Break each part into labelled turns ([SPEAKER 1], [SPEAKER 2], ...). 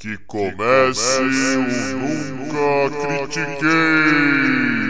[SPEAKER 1] Que comece o Nunca Critiquei!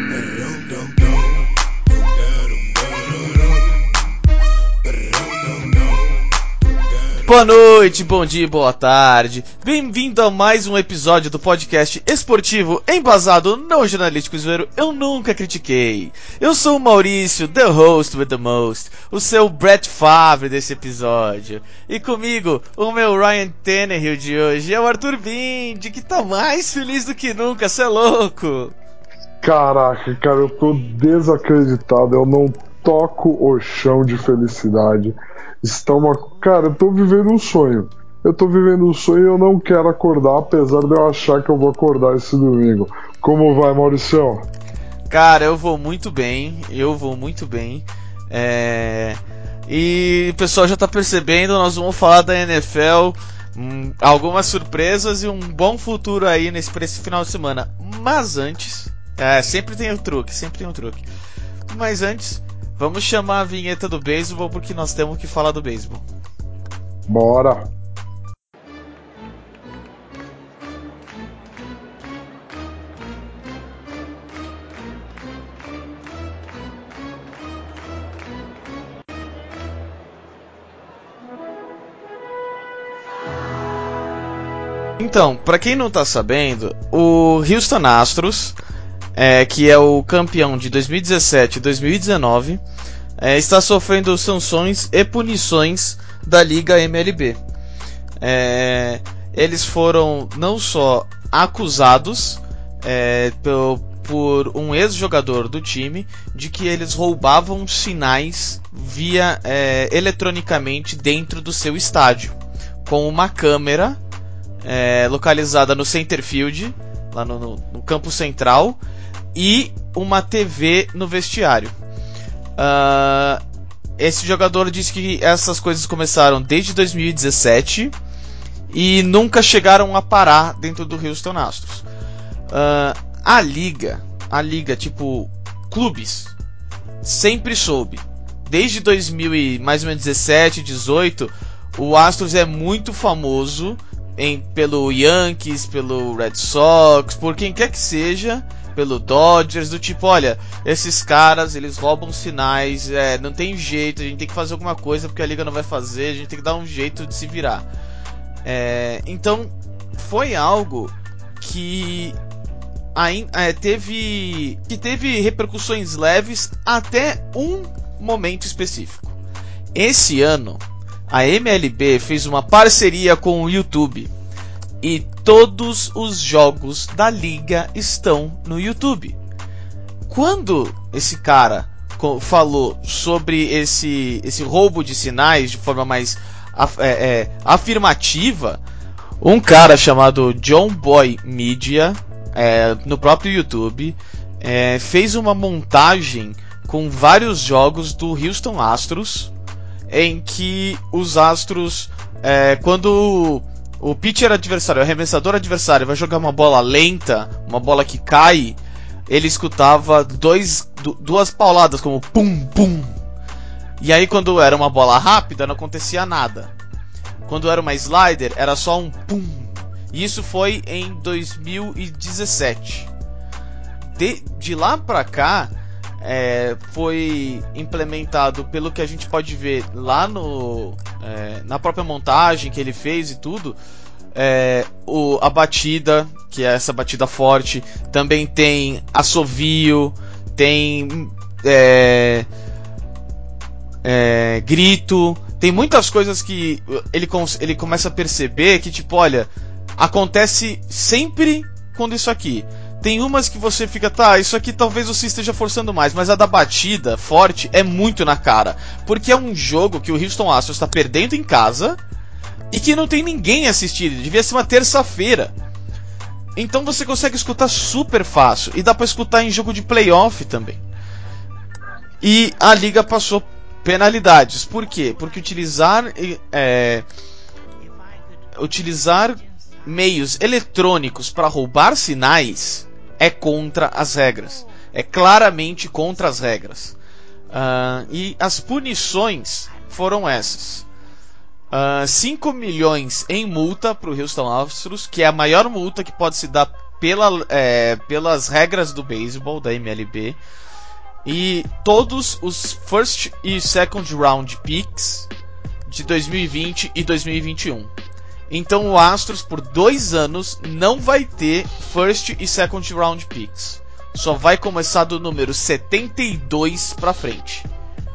[SPEAKER 2] Boa noite, bom dia, boa tarde. Bem-vindo a mais um episódio do podcast esportivo embasado no jornalístico zoeiro Eu Nunca Critiquei. Eu sou o Maurício, the host with the most, o seu Brett Favre desse episódio. E comigo, o meu Ryan Tannehill de hoje é o Arthur Bindi, que tá mais feliz do que nunca, cê é louco.
[SPEAKER 3] Caraca, cara, eu tô desacreditado, eu não toco o chão de felicidade. Cara, eu tô vivendo um sonho. Eu tô vivendo um sonho e eu não quero acordar, apesar de eu achar que eu vou acordar esse domingo. Como vai, Mauricião?
[SPEAKER 2] Cara, eu vou muito bem. E o pessoal já tá percebendo, nós vamos falar da NFL, algumas surpresas e um bom futuro aí pra esse final de semana. Mas antes, sempre tem um truque. Mas antes, vamos chamar a vinheta do beisebol porque nós temos que falar do beisebol.
[SPEAKER 3] Bora!
[SPEAKER 2] Então, pra quem não tá sabendo, o Houston Astros, que é o campeão de 2017 e 2019, está sofrendo sanções e punições da Liga MLB. Eles foram não só acusados por um ex-jogador do time de que eles roubavam sinais via eletronicamente dentro do seu estádio, com uma câmera localizada no center field, lá no campo central, e uma TV no vestiário. Esse jogador disse que essas coisas começaram desde 2017 e nunca chegaram a parar dentro do Houston Astros. A liga, tipo clubes, sempre soube. Desde 2000 e mais ou menos 17, 18, o Astros é muito famoso pelo Yankees, pelo Red Sox, por quem quer que seja, pelo Dodgers, do tipo, olha, esses caras, eles roubam sinais, não tem jeito, a gente tem que fazer alguma coisa porque a liga não vai fazer, a gente tem que dar um jeito de se virar. Então, foi algo que teve repercussões leves até um momento específico. Esse ano, a MLB fez uma parceria com o YouTube e todos os jogos da liga estão no YouTube. Quando esse cara falou sobre esse roubo de sinais de forma mais afirmativa, um cara chamado John Boy Media, no próprio YouTube, fez uma montagem com vários jogos do Houston Astros, em que os Astros, quando o pitcher adversário, o arremessador adversário vai jogar uma bola lenta, uma bola que cai, ele escutava duas pauladas como pum, pum. E aí quando era uma bola rápida não acontecia nada. Quando era uma slider era só um pum. E isso foi em 2017. De lá pra cá, foi implementado, pelo que a gente pode ver lá na própria montagem que ele fez e tudo, a batida, que é essa batida forte, também tem assovio, tem grito, tem muitas coisas que ele começa a perceber que, tipo, olha, acontece sempre quando isso aqui. Tem umas que você fica, isso aqui talvez você esteja forçando mais, mas a da batida forte é muito na cara, porque é um jogo que o Houston Astros está perdendo em casa e que não tem ninguém assistindo, devia ser uma terça-feira. Então você consegue escutar super fácil, e dá pra escutar em jogo de playoff também. E a liga passou penalidades. Por quê? Porque utilizar meios eletrônicos para roubar sinais é contra as regras. É claramente contra as regras. E as punições foram essas. 5 milhões em multa para o Houston Astros, que é a maior multa que pode se dar pelas regras do beisebol, da MLB. E todos os first e second round picks de 2020 e 2021. Então o Astros por 2 anos não vai ter first e second round picks. Só vai começar do número 72 para frente.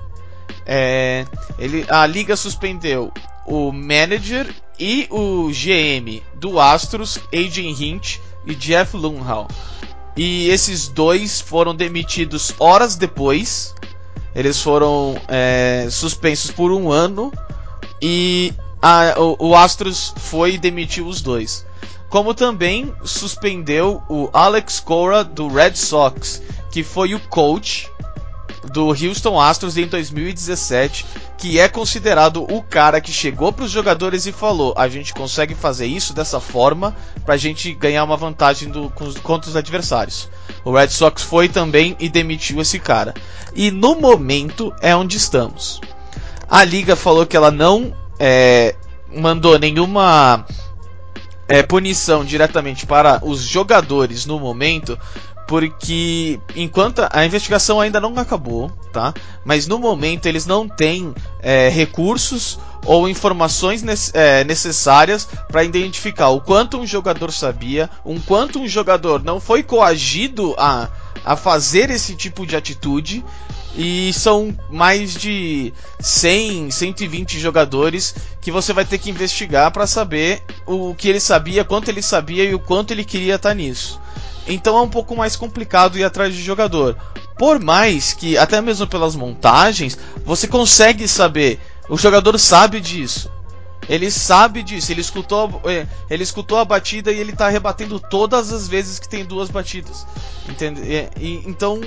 [SPEAKER 2] A liga suspendeu o manager e o GM do Astros, Adrian Hinch e Jeff Lunhal. E esses dois foram demitidos horas depois. Eles foram suspensos por 1 ano. E o Astros foi e demitiu os dois. Como também suspendeu o Alex Cora do Red Sox, que foi o coach do Houston Astros em 2017, que é considerado o cara que chegou para os jogadores e falou: a gente consegue fazer isso dessa forma para a gente ganhar uma vantagem contra os adversários. O Red Sox foi também e demitiu esse cara. E no momento é onde estamos. A liga falou que ela não mandou nenhuma punição diretamente para os jogadores no momento, porque enquanto a investigação ainda não acabou, tá? Mas no momento eles não têm recursos ou informações necessárias para identificar o quanto um jogador sabia, o quanto um jogador não foi coagido a fazer esse tipo de atitude. E são mais de 100, 120 jogadores que você vai ter que investigar para saber o que ele sabia, quanto ele sabia e o quanto ele queria estar nisso. Então é um pouco mais complicado ir atrás de jogador. Por mais que, até mesmo pelas montagens, você consegue saber. O jogador sabe disso. Ele sabe disso. Ele escutou a batida e ele está rebatendo todas as vezes que tem 2 batidas. Entende? Então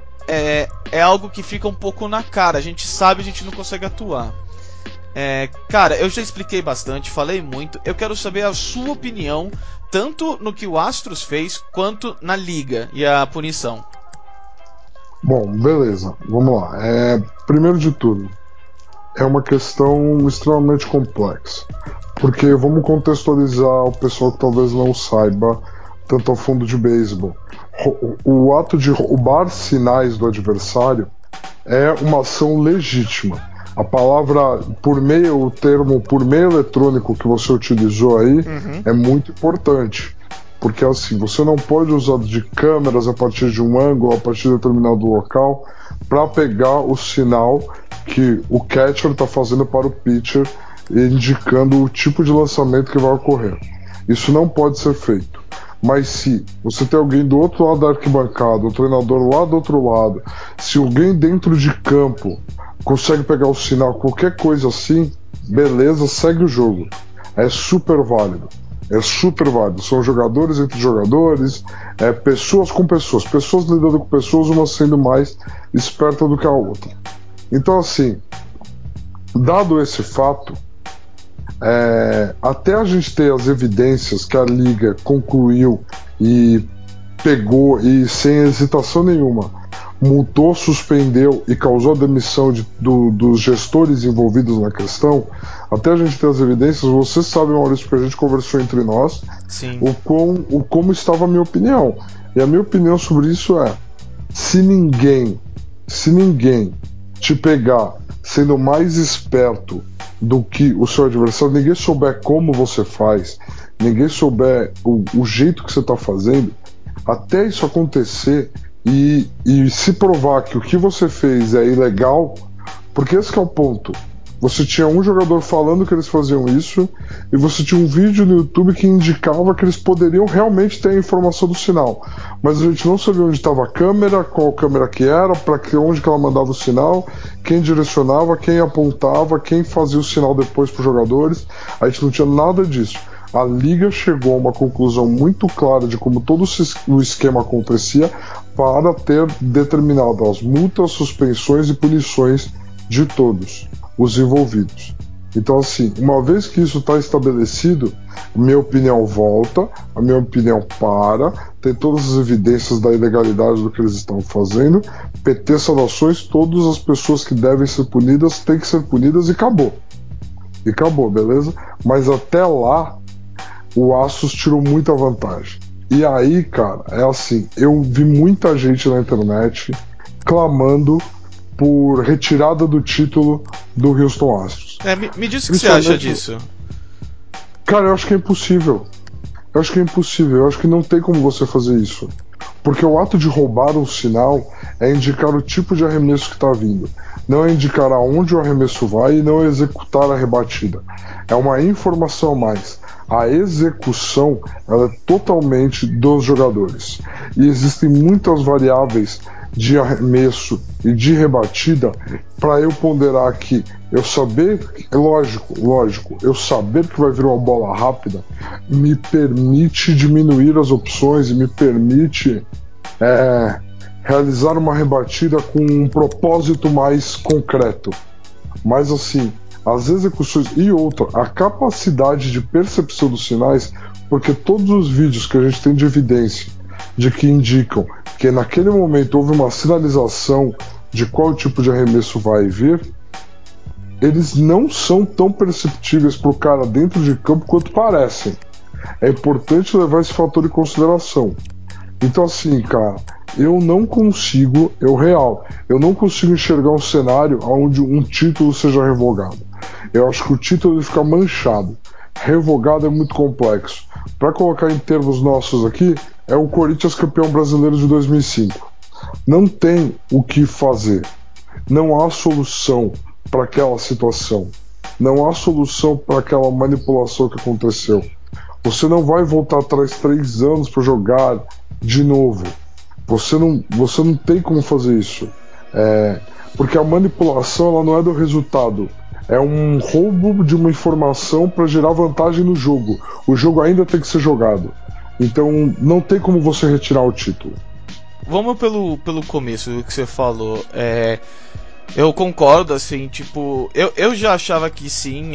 [SPEAKER 2] é algo que fica um pouco na cara. A gente sabe, a gente não consegue atuar. Cara, eu já expliquei bastante, falei muito. Eu quero saber a sua opinião, tanto no que o Astros fez, quanto na liga e a punição.
[SPEAKER 3] Bom, beleza, vamos lá. Primeiro de tudo, é uma questão extremamente complexa, porque vamos contextualizar o pessoal que talvez não saiba tanto a fundo de beisebol. O ato de roubar sinais do adversário é uma ação legítima. A palavra o termo por meio eletrônico que você utilizou aí é muito importante. Porque assim, você não pode usar de câmeras a partir de um ângulo, a partir de determinado local, para pegar o sinal que o catcher está fazendo para o pitcher, indicando o tipo de lançamento que vai ocorrer. Isso não pode ser feito. Mas se você tem alguém do outro lado da arquibancada, o treinador lá do outro lado, se alguém dentro de campo consegue pegar o sinal, qualquer coisa assim, beleza, segue o jogo. É super válido. São jogadores entre jogadores, pessoas com pessoas lidando com pessoas, uma sendo mais esperta do que a outra. Então assim, dado esse fato, até a gente ter as evidências que a liga concluiu e pegou e sem hesitação nenhuma multou, suspendeu e causou a demissão dos gestores envolvidos na questão, até a gente ter as evidências, você sabe, Maurício, que a gente conversou entre nós.
[SPEAKER 2] Sim.
[SPEAKER 3] Como estava a minha opinião. E a minha opinião sobre isso é: se ninguém te pegar sendo mais esperto do que o seu adversário, ninguém souber como você faz, ninguém souber o jeito que você está fazendo, até isso acontecer e se provar que o que você fez é ilegal, porque esse que é o ponto. Você tinha um jogador falando que eles faziam isso, e você tinha um vídeo no YouTube que indicava que eles poderiam realmente ter a informação do sinal, mas a gente não sabia onde estava a câmera, qual câmera que era, onde que ela mandava o sinal, quem direcionava, quem apontava, quem fazia o sinal depois para os jogadores. A gente não tinha nada disso. A liga chegou a uma conclusão muito clara de como todo o esquema acontecia para ter determinado as multas, suspensões e punições de todos os envolvidos. Então assim, uma vez que isso está estabelecido, minha opinião volta, a minha opinião tem todas as evidências da ilegalidade do que eles estão fazendo, PT saudações, todas as pessoas que devem ser punidas têm que ser punidas e acabou. e acabou, beleza? Mas até lá, o Astros tirou muita vantagem. E aí, cara, é assim, eu vi muita gente na internet clamando por retirada do título do Houston Astros.
[SPEAKER 2] Me diz o que você acha disso.
[SPEAKER 3] Cara, eu acho que é impossível. Eu acho que é impossível. Eu acho que não tem como você fazer isso. Porque o ato de roubar um sinal é indicar o tipo de arremesso que está vindo. Não é indicar aonde o arremesso vai e não é executar a rebatida. É uma informação a mais. A execução ela é totalmente dos jogadores. E existem muitas variáveis de arremesso e de rebatida para eu ponderar aqui. Eu saber, lógico, eu saber que vai vir uma bola rápida me permite diminuir as opções e me permite realizar uma rebatida com um propósito mais concreto. Mas assim, as execuções e outra, a capacidade de percepção dos sinais, porque todos os vídeos que a gente tem de evidência de que indicam que naquele momento houve uma sinalização de qual tipo de arremesso vai vir, eles não são tão perceptíveis para o cara dentro de campo quanto parecem. É importante levar esse fator em consideração. Então assim, cara, eu não consigo enxergar um cenário onde um título seja revogado. Eu acho que o título ele fica manchado. Revogado é muito complexo. Para colocar em termos nossos aqui, é o Corinthians campeão brasileiro de 2005. Não tem o que fazer. Não há solução para aquela situação. Não há solução para aquela manipulação que aconteceu. Você não vai voltar atrás 3 anos para jogar de novo. Você não tem como fazer isso. Porque a manipulação ela não é do resultado. É um roubo de uma informação para gerar vantagem no jogo. O jogo ainda tem que ser jogado. Então não tem como você retirar o título.
[SPEAKER 2] Vamos pelo começo do que você falou. Eu concordo, assim, tipo, eu já achava que sim,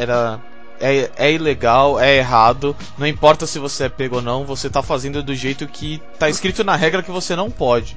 [SPEAKER 2] é ilegal, é errado, não importa se você é pego ou não, você tá fazendo do jeito que tá escrito na regra que você não pode.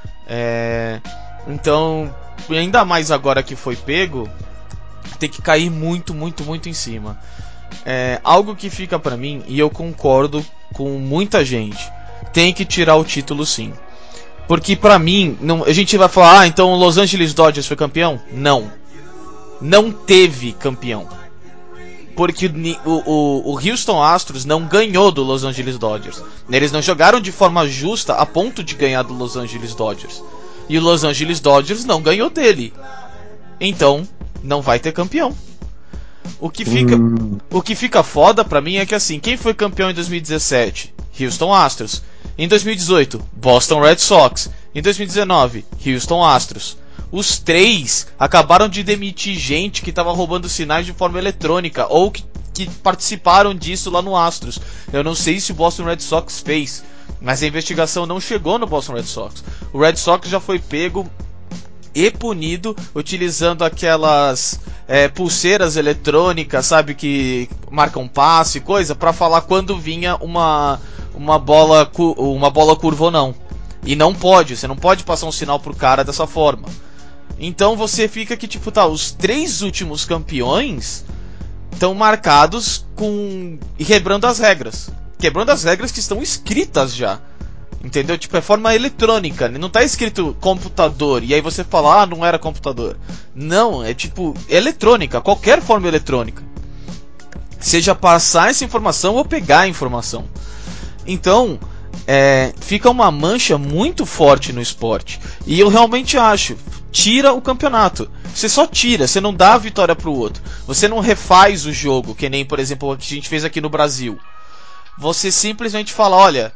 [SPEAKER 2] Então, ainda mais agora que foi pego, tem que cair muito em cima. Algo que fica pra mim, e eu concordo com muita gente, tem que tirar o título sim. Porque pra mim, a gente vai falar, então o Los Angeles Dodgers foi campeão? Não teve campeão. Porque o Houston Astros não ganhou do Los Angeles Dodgers. Eles não jogaram de forma justa a ponto de ganhar do Los Angeles Dodgers. E o Los Angeles Dodgers não ganhou dele. Então, não vai ter campeão. O que fica foda pra mim é que assim, quem foi campeão em 2017? Houston Astros. Em 2018, Boston Red Sox. Em 2019, Houston Astros. Os 3 acabaram de demitir gente que estava roubando sinais de forma eletrônica ou que participaram disso lá no Astros. Eu não sei se o Boston Red Sox fez, mas a investigação não chegou no Boston Red Sox. O Red Sox já foi pego e punido utilizando aquelas pulseiras eletrônicas, sabe, que marcam passe e coisa, para falar quando vinha uma bola curva ou não. E não pode, você não pode passar um sinal pro cara dessa forma. Então você fica que tipo, os 3 últimos campeões estão marcados quebrando as regras. Quebrando as regras que estão escritas já. Entendeu? Tipo, é forma eletrônica. Não tá escrito computador. E aí você fala, não era computador. Não, é tipo eletrônica. Qualquer forma eletrônica. Seja passar essa informação ou pegar a informação. Então, fica uma mancha muito forte no esporte. E eu realmente acho, tira o campeonato. Você só tira, você não dá a vitória pro outro. Você não refaz o jogo, que nem, por exemplo, o que a gente fez aqui no Brasil. Você simplesmente fala, olha,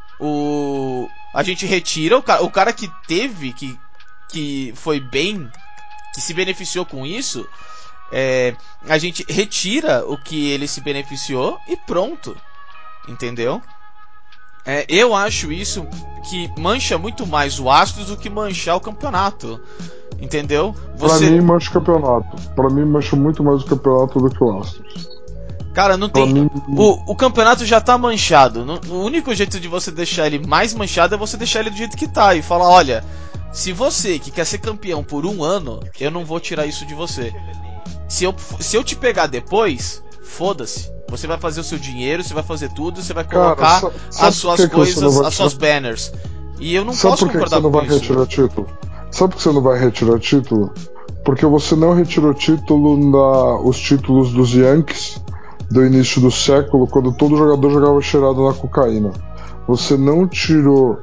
[SPEAKER 2] a gente retira o cara que teve, que foi bem, que se beneficiou com isso, a gente retira o que ele se beneficiou e pronto. Entendeu? Eu acho isso que mancha muito mais o Astros do que manchar o campeonato. Entendeu?
[SPEAKER 3] Pra mim mancha o campeonato. Pra mim mancha muito mais o campeonato do que o Astros.
[SPEAKER 2] Cara, não tem. O campeonato já tá manchado. O único jeito de você deixar ele mais manchado é você deixar ele do jeito que tá. E falar, olha, se você que quer ser campeão por 1 ano, eu não vou tirar isso de você. Se eu te pegar depois, foda-se. Você vai fazer o seu dinheiro, você vai fazer tudo, você vai colocar as suas coisas, as suas banners. E eu não posso concordar com isso. Sabe por que você não vai
[SPEAKER 3] retirar título? Sabe por que você não vai retirar título? Porque você não retirou os títulos dos Yankees do início do século, quando todo jogador jogava cheirado na cocaína. Você não tirou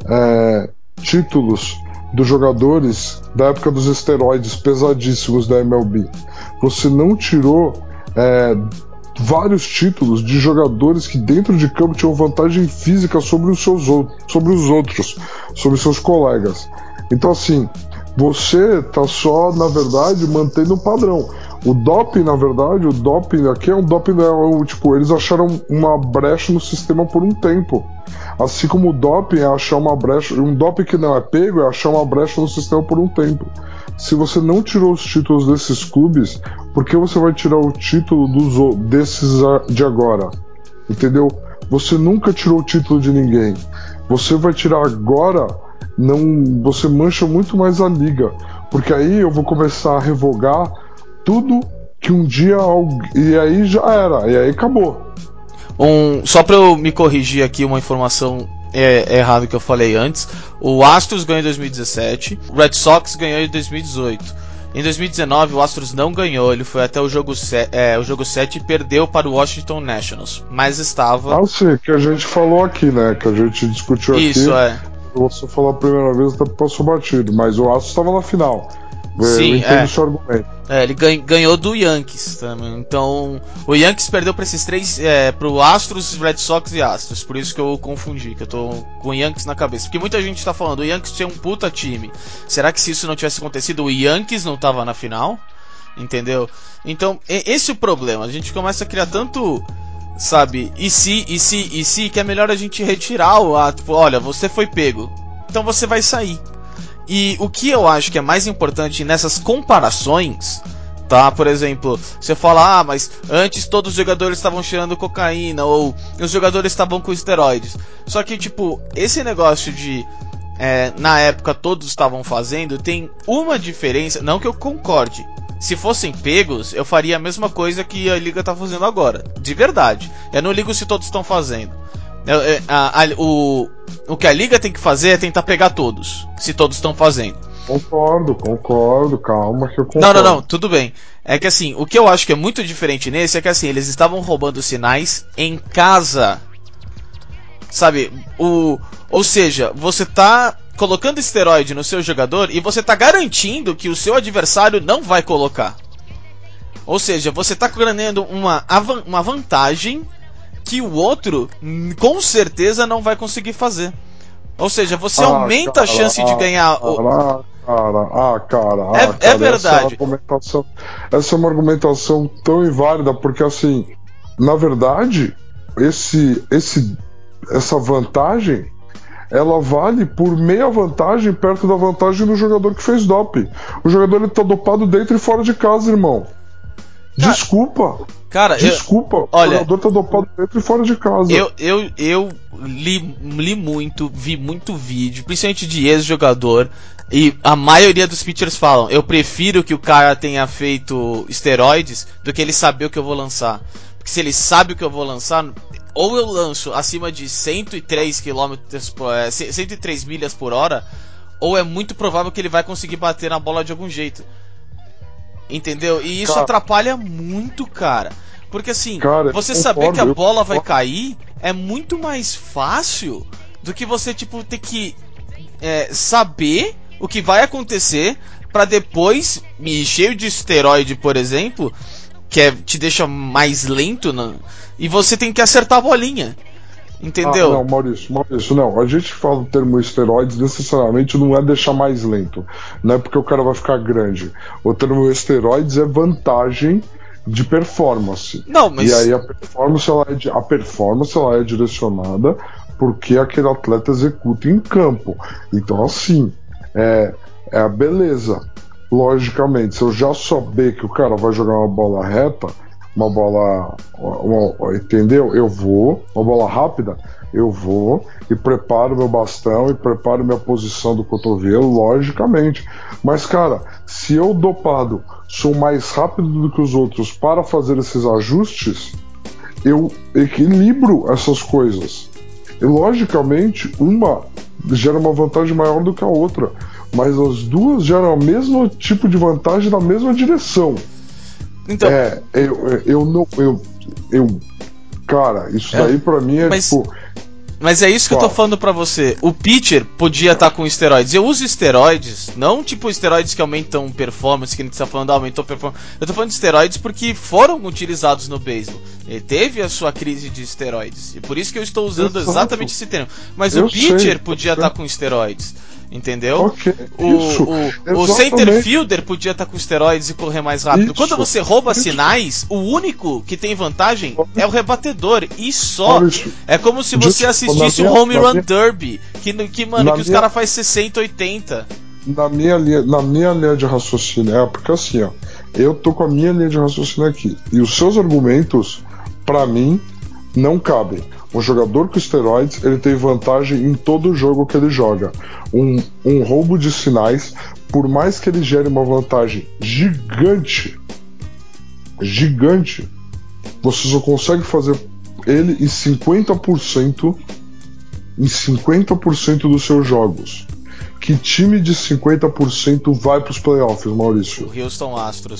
[SPEAKER 3] títulos dos jogadores da época dos esteroides pesadíssimos da MLB. Você não tirou vários títulos de jogadores que dentro de campo tinham vantagem física sobre os outros, sobre seus colegas. Então assim, você tá só, na verdade, mantendo um padrão. O doping, na verdade, aqui é um doping, tipo, eles acharam uma brecha no sistema por um tempo. Assim como o doping é achar uma brecha, um doping que não é pego é achar uma brecha no sistema por um tempo. Se você não tirou os títulos desses clubes, por que você vai tirar o título desses de agora? Entendeu? Você nunca tirou o título de ninguém. Você vai tirar agora, você mancha muito mais a liga. Porque aí eu vou começar a revogar tudo que um dia e aí já era, e aí acabou.
[SPEAKER 2] Só pra eu me corrigir aqui uma informação errada que eu falei antes, o Astros ganhou em 2017, o Red Sox ganhou em 2018. Em 2019 o Astros não ganhou, ele foi até o jogo 7 e perdeu para o Washington Nationals, mas estava...
[SPEAKER 3] Ah, sim, que a gente falou aqui, né, que a gente discutiu
[SPEAKER 2] isso,
[SPEAKER 3] aqui. Você falou a primeira vez, até passou batido, mas o Astros estava na final.
[SPEAKER 2] Sim,
[SPEAKER 3] eu entendo o seu argumento.
[SPEAKER 2] Ele ganhou do Yankees também. Então, o Yankees perdeu para esses três, pro Astros, Red Sox e Astros. Por isso que eu confundi, que eu tô com o Yankees na cabeça. Porque muita gente tá falando, o Yankees tinha um puta time. Será que se isso não tivesse acontecido, o Yankees não tava na final? Entendeu? Então, esse é o problema. A gente começa a criar tanto, sabe, e se, que é melhor a gente retirar o ato. Tipo, olha, você foi pego, então você vai sair. E o que eu acho que é mais importante nessas comparações, tá? Por exemplo, você fala, mas antes todos os jogadores estavam cheirando cocaína, ou os jogadores estavam com esteroides. Só que, tipo, esse negócio de na época todos estavam fazendo, tem uma diferença, não que eu concorde. Se fossem pegos, eu faria a mesma coisa que a Liga tá fazendo agora, de verdade. Eu não ligo se todos estão fazendo. O que a Liga tem que fazer é tentar pegar todos, se todos estão fazendo.
[SPEAKER 3] Concordo, calma que eu concordo.
[SPEAKER 2] Não, tudo bem. É que assim, o que eu acho que é muito diferente nesse é que assim, eles estavam roubando sinais em casa. Sabe, ou seja, você tá colocando esteroide no seu jogador e você tá garantindo que o seu adversário não vai colocar. Ou seja, você tá ganhando uma vantagem que o outro com certeza não vai conseguir fazer. Ou seja, você aumenta a chance de ganhar
[SPEAKER 3] É
[SPEAKER 2] verdade.
[SPEAKER 3] Essa é uma argumentação tão inválida, porque assim, na verdade, essa vantagem ela vale por meia vantagem perto da vantagem do jogador que fez doping. O jogador ele tá dopado dentro e fora de casa, irmão. Desculpa. O jogador tá dopado dentro e fora de casa.
[SPEAKER 2] Eu li muito, vi muito vídeo, principalmente de ex-jogador, e a maioria dos pitchers falam, eu prefiro que o cara tenha feito esteroides do que ele saber o que eu vou lançar. Porque se ele sabe o que eu vou lançar, ou eu lanço acima de 103 103 milhas por hora, ou é muito provável que ele vai conseguir bater na bola de algum jeito. Entendeu? E isso atrapalha muito, cara. Porque assim, você saber que a bola vai cair é muito mais fácil do que você, tipo, ter que saber o que vai acontecer pra depois, cheio de esteroide, por exemplo, que te deixa mais lento, e você tem que acertar a bolinha. Entendeu?
[SPEAKER 3] Não, Maurício, não. A gente fala o termo esteroides, necessariamente não é deixar mais lento. Não é porque o cara vai ficar grande. O termo esteroides é vantagem de performance.
[SPEAKER 2] Não, mas...
[SPEAKER 3] E aí a performance ela é direcionada porque aquele atleta executa em campo. Então, assim, é a beleza. Logicamente, se eu já souber que o cara vai jogar uma bola reta, entendeu? Eu vou, uma bola rápida, eu vou e preparo meu bastão e preparo minha posição do cotovelo, logicamente. Mas, cara, se eu dopado sou mais rápido do que os outros para fazer esses ajustes, eu equilibro essas coisas. E, logicamente, uma gera uma vantagem maior do que a outra. Mas as duas geram o mesmo tipo de vantagem na mesma direção.
[SPEAKER 2] Então,
[SPEAKER 3] cara, isso daí pra mim é tipo.
[SPEAKER 2] Mas é isso que eu tô falando pra você. O pitcher podia estar com esteroides. Eu uso esteroides, não tipo esteroides que aumentam performance, que a gente tá falando, aumentou performance. Eu tô falando de esteroides porque foram utilizados no beisebol. Ele teve a sua crise de esteroides. E por isso que eu estou usando exatamente esse termo. Mas o pitcher podia estar com esteroides. Entendeu?
[SPEAKER 3] Okay,
[SPEAKER 2] o center fielder podia estar com esteroides e correr mais rápido.
[SPEAKER 3] Isso,
[SPEAKER 2] quando você rouba sinais, o único que tem vantagem é o rebatedor. E só. É como se você assistisse o Home Run Derby. Que os caras fazem 60, 80.
[SPEAKER 3] Na minha linha de raciocínio, porque assim, ó, eu tô com a minha linha de raciocínio aqui. E os seus argumentos, pra mim, não cabem. Um jogador com esteroides, ele tem vantagem em todo jogo que ele joga. Um roubo de sinais, por mais que ele gere uma vantagem gigante, você só consegue fazer ele em 50% dos seus jogos. Que time de 50% vai para os playoffs, Maurício?
[SPEAKER 2] O Houston Astros.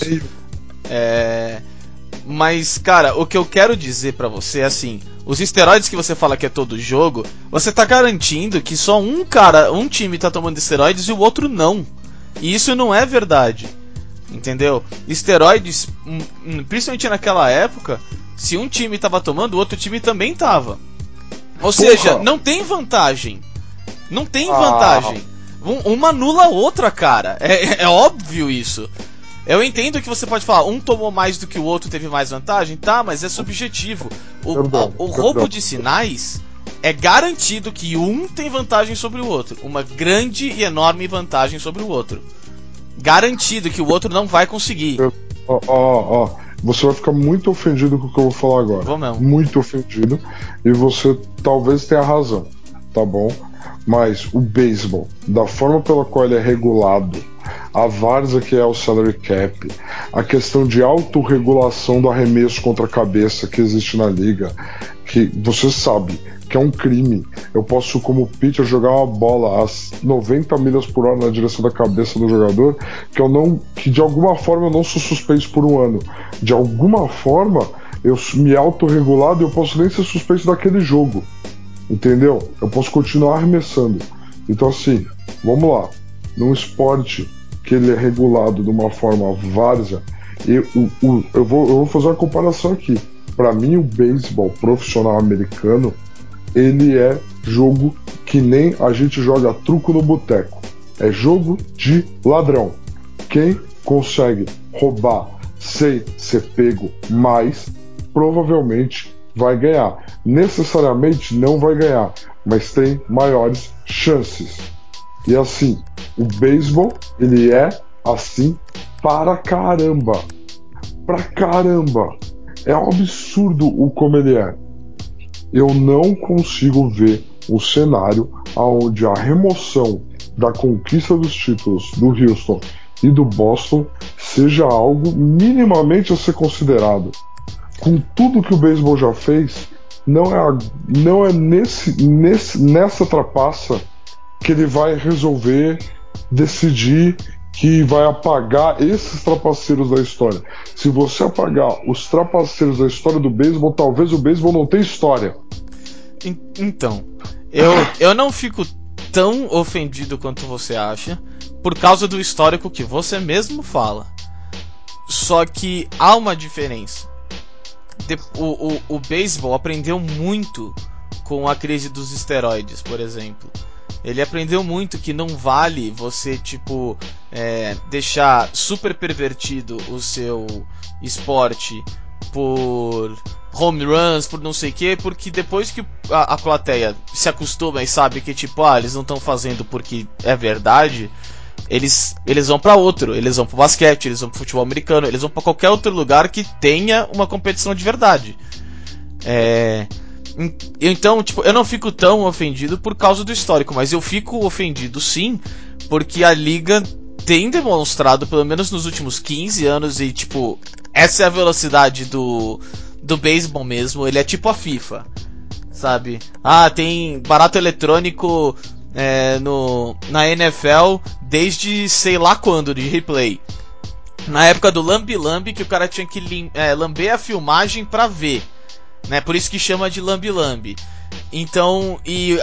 [SPEAKER 2] Mas, cara, o que eu quero dizer pra você é assim: os esteroides que você fala que é todo jogo, você tá garantindo que só um time tá tomando esteroides e o outro não. E isso não é verdade. Entendeu? Esteroides, principalmente naquela época, se um time tava tomando, o outro time também tava. Ou seja, não tem vantagem. Não tem vantagem. Uma anula a outra, cara. É óbvio isso. Eu entendo que você pode falar, um tomou mais do que o outro, teve mais vantagem, tá, mas é subjetivo. O roubo de sinais é garantido que um tem vantagem sobre o outro. Uma grande e enorme vantagem sobre o outro. Garantido que o outro não vai conseguir.
[SPEAKER 3] Você vai ficar muito ofendido com o que eu vou falar agora.
[SPEAKER 2] Vou mesmo.
[SPEAKER 3] Muito ofendido. E você talvez tenha razão, tá bom? Mas o beisebol, da forma pela qual ele é regulado, a várzea que é o salary cap, a questão de autorregulação do arremesso contra a cabeça que existe na liga, que você sabe que é um crime. Eu posso, como pitcher, jogar uma bola a 90 milhas por hora na direção da cabeça do jogador, que de alguma forma eu não sou suspenso por um ano. De alguma forma, eu me autorregulado e eu posso nem ser suspenso daquele jogo. Entendeu? Eu posso continuar arremessando. Então, assim, vamos lá. Num esporte que ele é regulado de uma forma várzea, eu vou fazer uma comparação aqui. Para mim, o beisebol profissional americano, ele é jogo que nem a gente joga truco no boteco. É jogo de ladrão. Quem consegue roubar sem ser pego mais, provavelmente vai ganhar. Necessariamente não vai ganhar, mas tem maiores chances. E assim, o beisebol, ele é assim para caramba. Pra caramba. É um absurdo o como ele é. Eu não consigo ver o cenário onde a remoção da conquista dos títulos do Houston e do Boston seja algo minimamente a ser considerado. Com tudo que o beisebol já fez, não é nessa trapaça que ele vai resolver decidir que vai apagar esses trapaceiros da história. Se você apagar os trapaceiros da história do beisebol, talvez o beisebol não tenha história.
[SPEAKER 2] Então, eu não fico tão ofendido quanto você acha, por causa do histórico que você mesmo fala. Só que há uma diferença. O beisebol aprendeu muito com a crise dos esteroides, por exemplo. Ele aprendeu muito que não vale você, deixar super pervertido o seu esporte por home runs, por não sei o que, porque depois que a plateia se acostuma e sabe que, eles não estão fazendo porque é verdade, eles vão pra outro, eles vão pro basquete, eles vão pro futebol americano, eles vão pra qualquer outro lugar que tenha uma competição de verdade. Então, tipo, eu não fico tão ofendido por causa do histórico, mas eu fico ofendido sim, porque a liga tem demonstrado, pelo menos nos últimos 15 anos, e tipo, essa é a velocidade do beisebol mesmo, ele é tipo a FIFA, sabe? Tem barato eletrônico na NFL desde sei lá quando, de replay. Na época do Lambi Lambi, que o cara tinha que lamber a filmagem pra ver, né? Por isso que chama de Lambi Lambi. Então,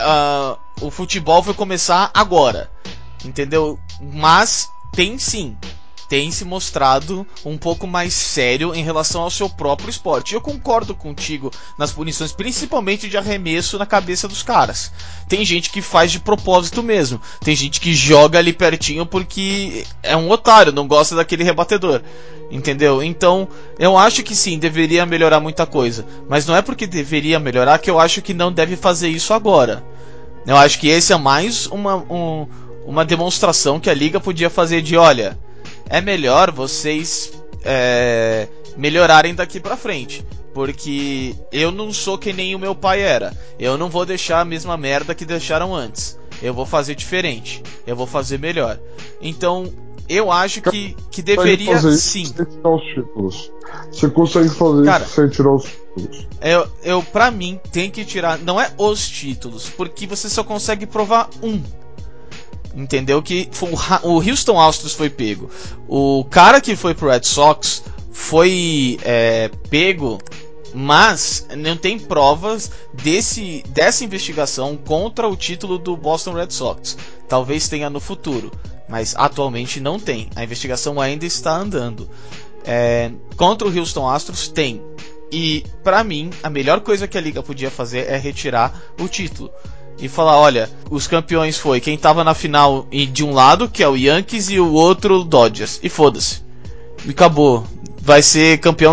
[SPEAKER 2] o futebol foi começar agora, entendeu? Mas tem se mostrado um pouco mais sério em relação ao seu próprio esporte. Eu concordo contigo nas punições, principalmente de arremesso na cabeça dos caras. Tem gente que faz de propósito mesmo. Tem gente que joga ali pertinho porque é um otário, não gosta daquele rebatedor. Entendeu? Então, eu acho que sim, deveria melhorar muita coisa. Mas não é porque deveria melhorar que eu acho que não deve fazer isso agora. Eu acho que esse é mais uma demonstração que a liga podia fazer de, olha, é melhor vocês melhorarem daqui pra frente, porque eu não sou que nem o meu pai era. Eu não vou deixar a mesma merda que deixaram antes. Eu vou fazer diferente, eu vou fazer melhor. Então, eu acho que deveria sim.
[SPEAKER 3] Sem tirar os títulos. Você consegue fazer isso sem tirar os títulos?
[SPEAKER 2] Pra mim, tem que tirar. Não é os títulos, porque você só consegue provar um. Entendeu? Que o Houston Astros foi pego. O cara que foi pro Red Sox foi pego, mas não tem provas dessa investigação contra o título do Boston Red Sox. Talvez tenha no futuro, mas atualmente não tem. A investigação ainda está andando. Contra o Houston Astros tem. E pra mim, a melhor coisa que a liga podia fazer é retirar o título. E falar, olha, os campeões foi quem tava na final de um lado, que é o Yankees, e o outro Dodgers. E foda-se. E acabou. Vai ser campeão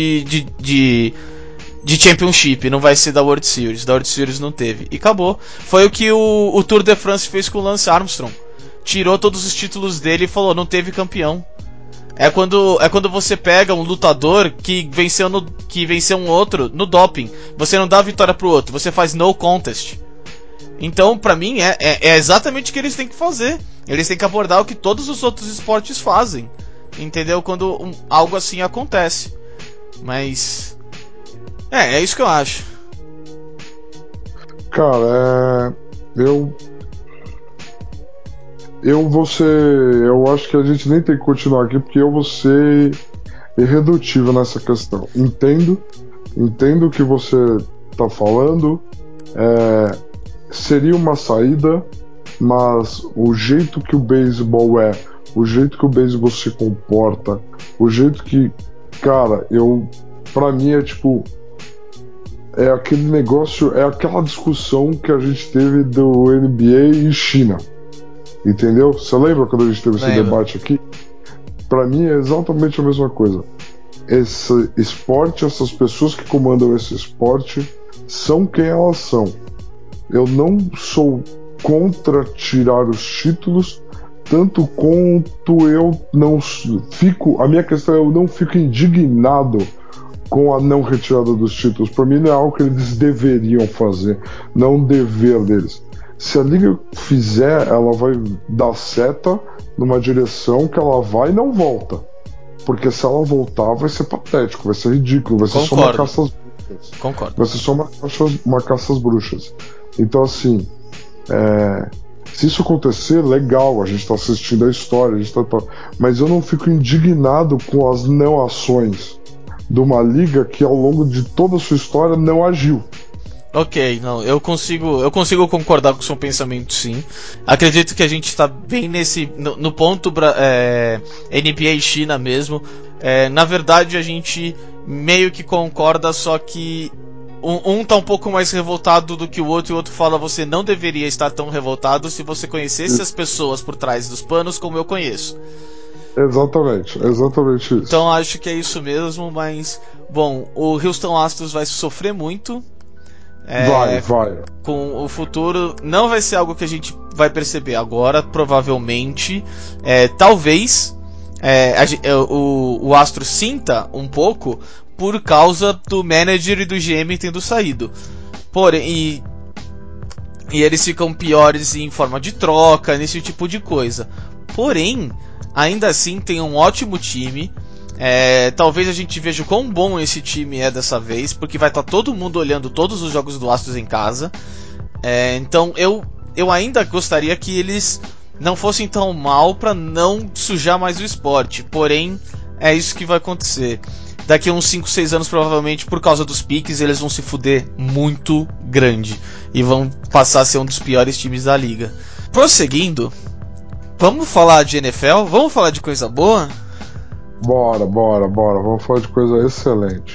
[SPEAKER 2] de Championship, não vai ser da World Series. Da World Series não teve. E acabou. Foi o que o Tour de France fez com o Lance Armstrong. Tirou todos os títulos dele e falou, não teve campeão. É quando você pega um lutador que venceu um outro no doping. Você não dá vitória pro outro, você faz no contest. Então, pra mim, é exatamente o que eles têm que fazer. Eles têm que abordar o que todos os outros esportes fazem. Entendeu? Quando algo assim acontece. Mas... é isso que eu acho.
[SPEAKER 3] Cara, eu acho que a gente nem tem que continuar aqui, porque eu vou ser irredutível nessa questão. Entendo o que você tá falando. Seria uma saída, mas o jeito que o beisebol o jeito que o beisebol se comporta, o jeito que, cara, pra mim é aquele negócio, é aquela discussão que a gente teve do NBA e China, entendeu? Você lembra quando a gente teve esse debate aqui? Pra mim é exatamente a mesma coisa. Esse esporte, essas pessoas que comandam esse esporte são quem elas são. Eu não sou contra tirar os títulos, tanto quanto eu não fico. A minha questão é eu não fico indignado com a não retirada dos títulos. Para mim não é algo que eles deveriam fazer, não um dever deles. Se a liga fizer, ela vai dar seta numa direção que ela vai e não volta. Porque se ela voltar, vai ser patético, vai ser ridículo, vai ser só uma caça às bruxas.
[SPEAKER 2] Concordo.
[SPEAKER 3] Vai ser só uma caça às bruxas. Então, assim, se isso acontecer, legal, a gente tá assistindo a história, mas eu não fico indignado com as não ações de uma liga que ao longo de toda a sua história não agiu.
[SPEAKER 2] Ok, não, eu consigo concordar com o seu pensamento, sim. Acredito que a gente está bem no ponto NBA e China mesmo. Na verdade, a gente meio que concorda, só que um tá um pouco mais revoltado do que o outro, e o outro fala, você não deveria estar tão revoltado se você conhecesse as pessoas por trás dos panos como eu conheço.
[SPEAKER 3] Exatamente isso.
[SPEAKER 2] Então acho que é isso mesmo, mas bom, o Houston Astros vai sofrer muito.
[SPEAKER 3] Vai.
[SPEAKER 2] Com o futuro não vai ser algo que a gente vai perceber agora, provavelmente. Talvez o Astro sinta um pouco por causa do manager e do GM tendo saído. Porém, e eles ficam piores em forma de troca, nesse tipo de coisa. Porém, ainda assim tem um ótimo time. Talvez a gente veja o quão bom esse time é dessa vez, porque vai estar todo mundo olhando todos os jogos do Astros em casa. Então eu ainda gostaria que eles não fossem tão mal para não sujar mais o esporte. Porém, é isso que vai acontecer. Daqui a uns 5, 6 anos, provavelmente, por causa dos piques, eles vão se fuder muito grande e vão passar a ser um dos piores times da liga. Prosseguindo, vamos falar de NFL? Vamos falar de coisa boa?
[SPEAKER 3] Bora. Vamos falar de coisa excelente.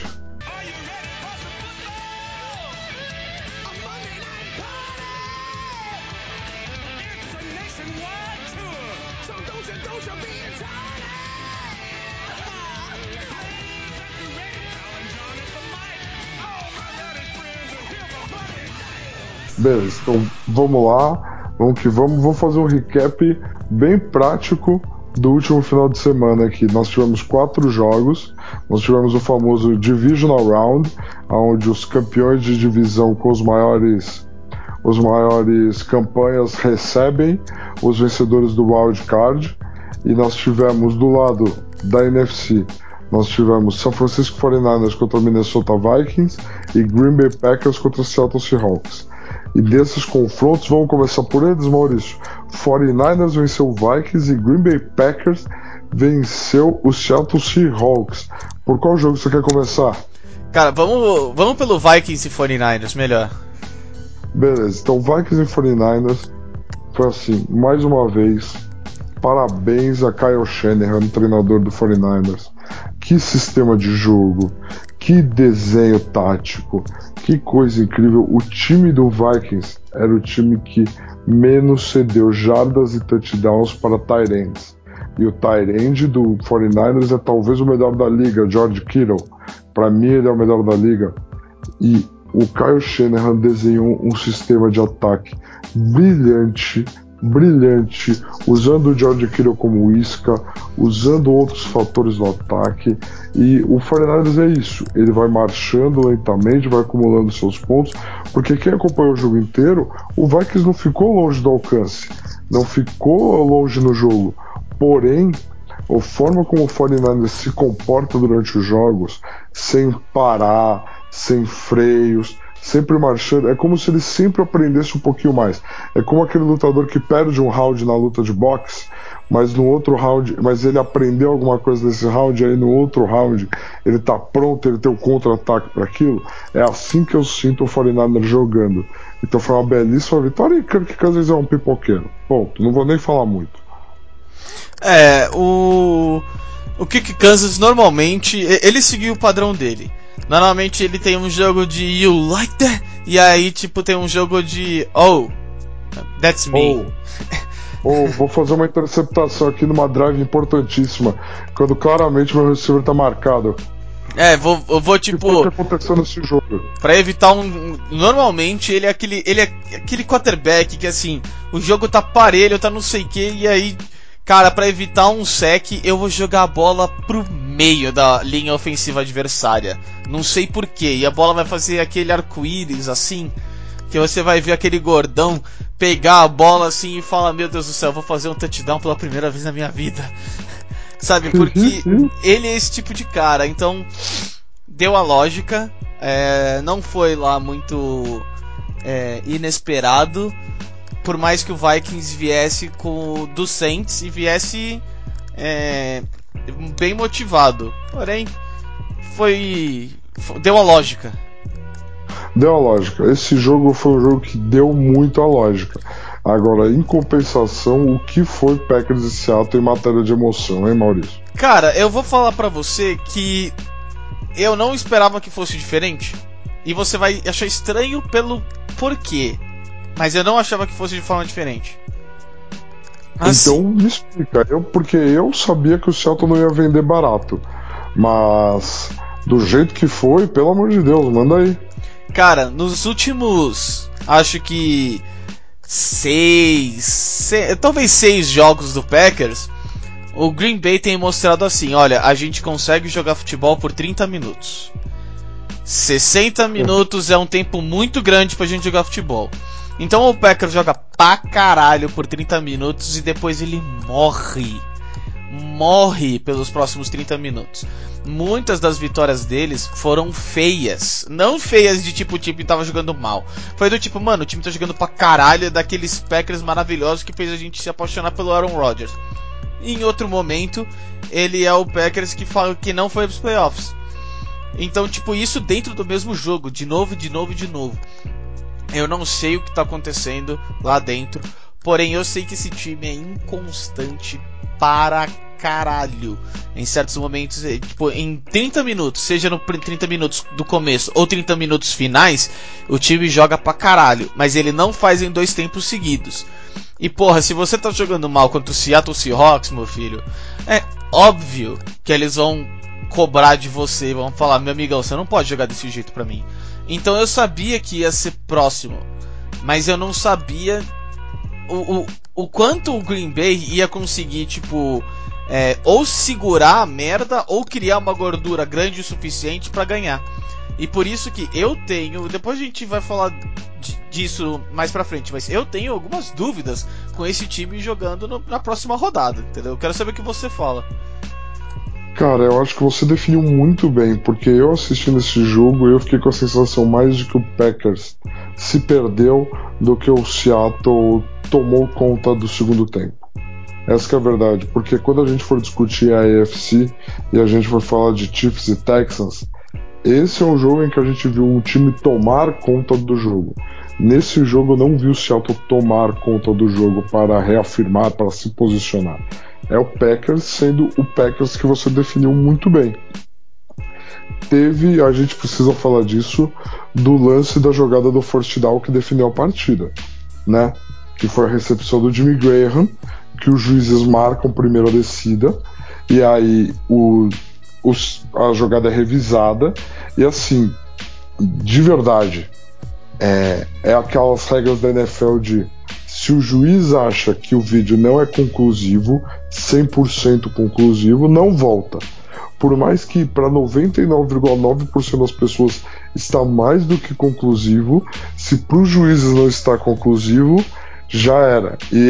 [SPEAKER 3] Beleza, então vamos lá. Vamos fazer um recap bem prático do último final de semana aqui. Nós tivemos 4 jogos. Nós tivemos o famoso Divisional Round, onde os campeões de divisão com os maiores campanhas recebem os vencedores do Wild Card. E nós tivemos do lado da NFC, nós tivemos San Francisco 49ers contra Minnesota Vikings e Green Bay Packers contra Seattle Seahawks. E desses confrontos, vamos começar por eles, Maurício. 49ers venceu o Vikings e Green Bay Packers venceu o Seattle Seahawks. Por qual jogo você quer começar?
[SPEAKER 2] Cara, vamos pelo Vikings e 49ers, melhor.
[SPEAKER 3] Beleza, então Vikings e 49ers foi assim, mais uma vez, parabéns a Kyle Shanahan, treinador do 49ers. Que sistema de jogo, que desenho tático, que coisa incrível. O time do Vikings era o time que menos cedeu jardas e touchdowns para tight ends. E o tight end do 49ers é talvez o melhor da liga, George Kittle. Para mim ele é o melhor da liga. E o Kyle Shanahan desenhou um sistema de ataque brilhante, usando o George Kittle como isca, usando outros fatores do ataque. E o 49ers é isso, ele vai marchando lentamente, vai acumulando seus pontos, porque quem acompanhou o jogo inteiro, o Vikings não ficou longe do alcance, não ficou longe no jogo, porém a forma como o 49ers se comporta durante os jogos, sem parar, sem freios, sempre marchando, é como se ele sempre aprendesse um pouquinho mais. É como aquele lutador que perde um round na luta de boxe, mas no outro round, mas ele aprendeu alguma coisa nesse round, aí no outro round ele tá pronto, ele tem um contra-ataque para aquilo. É assim que eu sinto o 49ers jogando. Então foi uma belíssima vitória e Kirk Cousins é um pipoqueiro. Ponto, não vou nem falar muito.
[SPEAKER 2] O Kirk Cousins normalmente ele seguiu o padrão dele. Normalmente ele tem um jogo de You Like That? E aí tipo tem um jogo de Oh, That's Me.
[SPEAKER 3] Vou fazer uma interceptação aqui numa drive importantíssima, quando claramente meu receiver tá marcado.
[SPEAKER 2] Eu vou tipo.
[SPEAKER 3] O que aconteceu nesse jogo?
[SPEAKER 2] Pra evitar normalmente ele é aquele quarterback que assim, o jogo tá parelho, tá não sei o que, e aí, cara, pra evitar um sec, eu vou jogar a bola pro meio da linha ofensiva adversária. Não sei porquê, e a bola vai fazer aquele arco-íris assim, que você vai ver aquele gordão pegar a bola assim e falar: meu Deus do céu, vou fazer um touchdown pela primeira vez na minha vida. Sabe, porque ele é esse tipo de cara. Então, deu a lógica. Não foi lá muito inesperado. Por mais que o Vikings viesse do Saints e viesse bem motivado. Porém, deu a lógica.
[SPEAKER 3] Deu a lógica. Esse jogo foi um jogo que deu muito a lógica. Agora, em compensação, o que foi Packers e Seattle em matéria de emoção, hein, Maurício?
[SPEAKER 2] Cara, eu vou falar pra você que eu não esperava que fosse diferente. E você vai achar estranho pelo porquê. Mas eu não achava que fosse de forma diferente.
[SPEAKER 3] Então me explica. Porque eu sabia que o Seattle não ia vender barato. Mas do jeito que foi, pelo amor de Deus, manda aí.
[SPEAKER 2] Cara, nos últimos, acho que talvez 6 jogos do Packers, o Green Bay tem mostrado assim, olha, a gente consegue jogar futebol por 30 minutos. 60 minutos é um tempo muito grande pra gente jogar futebol. Então o Packers joga pra caralho por 30 minutos e depois ele morre pelos próximos 30 minutos. Muitas das vitórias deles foram feias. Não feias de tipo, o time tava jogando mal. Foi do tipo, mano, o time tá jogando pra caralho, daqueles Packers maravilhosos que fez a gente se apaixonar pelo Aaron Rodgers. E em outro momento, ele é o Packers que não foi pros playoffs. Então, tipo, isso dentro do mesmo jogo, de novo. Eu não sei o que tá acontecendo lá dentro, porém eu sei que esse time é inconstante para caralho. Em certos momentos, tipo, em 30 minutos, seja no 30 minutos do começo ou 30 minutos finais, o time joga pra caralho, mas ele não faz em 2 tempos seguidos. E porra, se você tá jogando mal contra o Seattle Seahawks, meu filho, é óbvio que eles vão cobrar de você, vão falar, meu amigão, você não pode jogar desse jeito pra mim. Então eu sabia que ia ser próximo, mas eu não sabia o quanto o Green Bay ia conseguir, tipo, ou segurar a merda ou criar uma gordura grande o suficiente pra ganhar. E por isso que eu tenho, depois a gente vai falar disso mais pra frente, mas eu tenho algumas dúvidas com esse time jogando na próxima rodada, entendeu? Eu quero saber o que você fala.
[SPEAKER 3] Cara, eu acho que você definiu muito bem, porque eu assistindo esse jogo, eu fiquei com a sensação mais de que o Packers se perdeu do que o Seattle tomou conta do segundo tempo. Essa que é a verdade, porque quando a gente for discutir a AFC e a gente for falar de Chiefs e Texans, esse é um jogo em que a gente viu um time tomar conta do jogo. Nesse jogo eu não vi o Seattle tomar conta do jogo para reafirmar, para se posicionar. É o Packers sendo o Packers que você definiu muito bem. A gente precisa falar disso, do lance da jogada do first down que definiu a partida, né? Que foi a recepção do Jimmy Graham, que os juízes marcam primeiro a descida, e aí a jogada é revisada, e assim, de verdade, é aquelas regras da NFL de se o juiz acha que o vídeo não é conclusivo, 100% conclusivo, não volta. Por mais que para 99,9% das pessoas está mais do que conclusivo, se para os juízes não está conclusivo, já era. E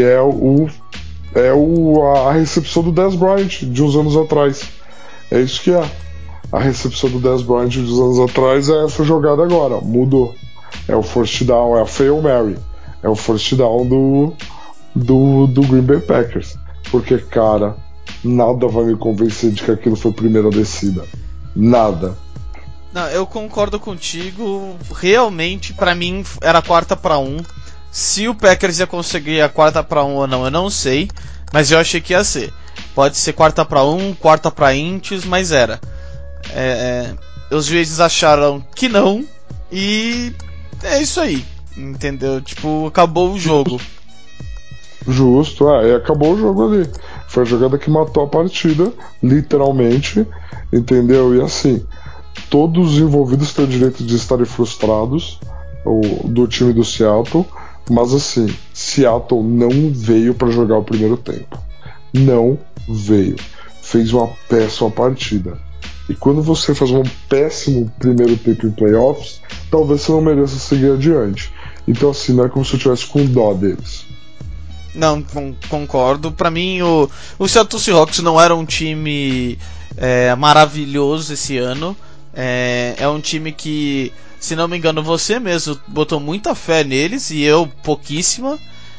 [SPEAKER 3] a recepção do Dez Bryant de uns anos atrás. É isso que é. A recepção do Dez Bryant de uns anos atrás é essa jogada agora. Mudou. É o first down, é a Fail Mary. É o first down do Green Bay Packers. Porque, cara, nada vai me convencer de que aquilo foi primeira descida. Nada.
[SPEAKER 2] Não, eu concordo contigo. Realmente, pra mim, era 4-1. Se o Packers ia conseguir a 4-1 ou não, eu não sei. Mas eu achei que ia ser. Pode ser 4-1, quarta pra Ints, mas era. Os juízes acharam que não. E é isso aí. Entendeu? Tipo, acabou o jogo.
[SPEAKER 3] Justo, e acabou o jogo ali. Foi a jogada que matou a partida, literalmente, entendeu? E assim, todos os envolvidos têm o direito de estarem frustrados, do time do Seattle, mas assim, Seattle não veio para jogar o primeiro tempo. Não veio. Fez uma péssima partida. E quando você faz um péssimo primeiro tempo em playoffs, talvez você não mereça seguir adiante. Então assim, não é como se eu tivesse com dó deles.
[SPEAKER 2] Não, concordo. Pra mim, o Seattle Seahawks não era um time maravilhoso esse ano. É um time que, se não me engano, você mesmo botou muita fé neles e eu pouquíssima.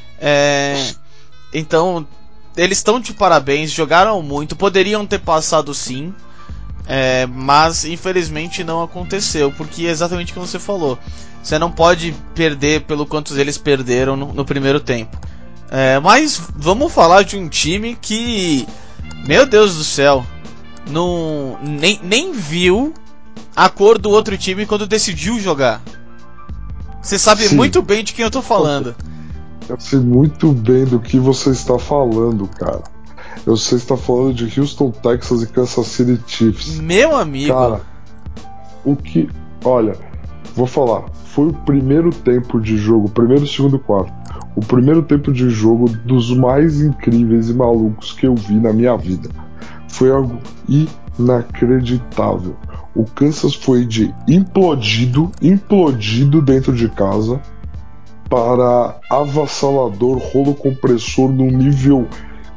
[SPEAKER 2] Então, eles estão de parabéns, jogaram muito, poderiam ter passado sim. Mas infelizmente não aconteceu, porque é exatamente o que você falou. Você não pode perder pelo quanto eles perderam no primeiro tempo. Mas vamos falar de um time que, meu Deus do céu, nem viu a cor do outro time quando decidiu jogar. Você sabe
[SPEAKER 3] Sim.
[SPEAKER 2] muito bem de quem eu tô falando.
[SPEAKER 3] Eu sei muito bem do que você está falando, cara. Você está falando de Houston, Texas e Kansas City Chiefs.
[SPEAKER 2] Meu amigo.
[SPEAKER 3] Cara, olha, vou falar, foi o primeiro tempo de jogo, primeiro e segundo quarto. O primeiro tempo de jogo dos mais incríveis e malucos que eu vi na minha vida. Foi algo inacreditável. O Kansas foi de implodido dentro de casa para avassalador, rolo compressor num nível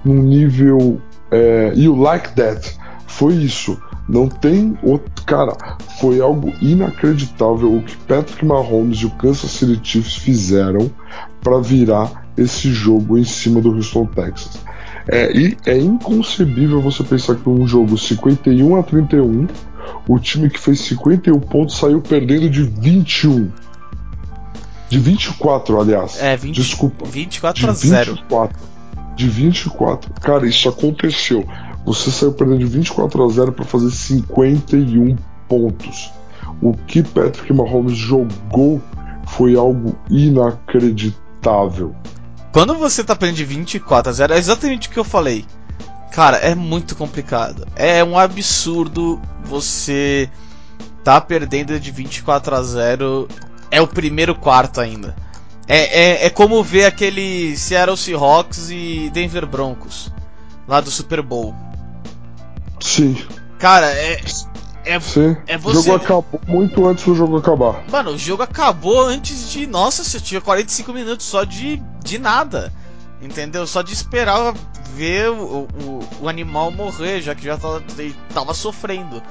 [SPEAKER 3] you like that. Foi isso. Não tem outro. Cara, foi algo inacreditável o que Patrick Mahomes e o Kansas City Chiefs fizeram para virar esse jogo em cima do Houston Texans. E é inconcebível você pensar que um jogo 51-31, o time que fez 51 pontos saiu perdendo de 21. De 24, aliás.
[SPEAKER 2] 20,
[SPEAKER 3] Desculpa.
[SPEAKER 2] 24-0.
[SPEAKER 3] De 24. Cara, isso aconteceu. Você saiu perdendo de 24-0 para fazer 51 pontos. O que Patrick Mahomes jogou foi algo inacreditável.
[SPEAKER 2] Quando você tá perdendo de 24-0, é exatamente o que eu falei. Cara, é muito complicado. É um absurdo você tá perdendo de 24-0. É o primeiro quarto ainda. É como ver aquele Seattle Seahawks e Denver Broncos lá do Super Bowl.
[SPEAKER 3] Sim.
[SPEAKER 2] Cara,
[SPEAKER 3] Sim.
[SPEAKER 2] você...
[SPEAKER 3] O jogo acabou muito antes do jogo acabar.
[SPEAKER 2] Mano, o jogo acabou antes de... Nossa, você tinha 45 minutos só de nada. Entendeu? Só de esperar ver o animal morrer, já que já tava sofrendo.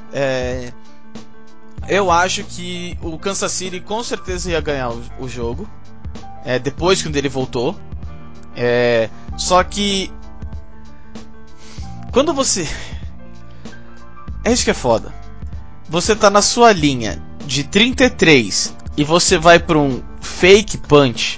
[SPEAKER 2] Eu acho que o Kansas City com certeza ia ganhar o jogo. Depois que ele voltou. Só que quando você... É isso que é foda. Você tá na sua linha de 33 e você vai pra um fake punch.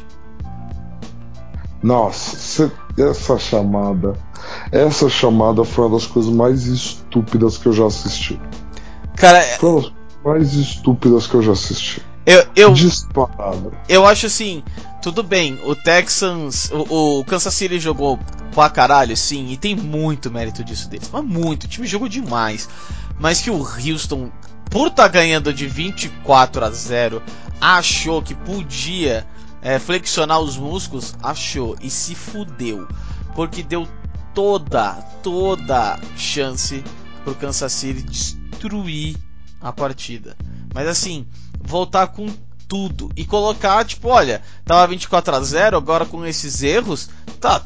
[SPEAKER 3] Nossa, essa chamada foi uma das coisas mais estúpidas que eu já assisti.
[SPEAKER 2] Cara,
[SPEAKER 3] foi uma das mais estúpidas que eu já assisti. Disparado.
[SPEAKER 2] Eu acho assim, tudo bem, o Texans, o Kansas City jogou pra caralho, sim, e tem muito mérito disso deles, mas muito, o time jogou demais. Mas que o Houston, por estar ganhando de 24-0, achou que podia flexionar os músculos, achou e se fudeu, porque deu toda chance pro Kansas City destruir a partida. Mas assim, voltar com tudo e colocar, tipo, olha, tava 24-0, agora com esses erros, tá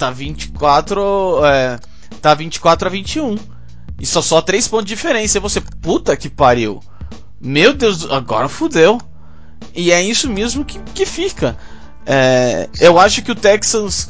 [SPEAKER 2] 24-21. E só 3 pontos de diferença. E você, puta que pariu. Meu Deus, agora fudeu. E é isso mesmo que fica. Eu acho que o Texans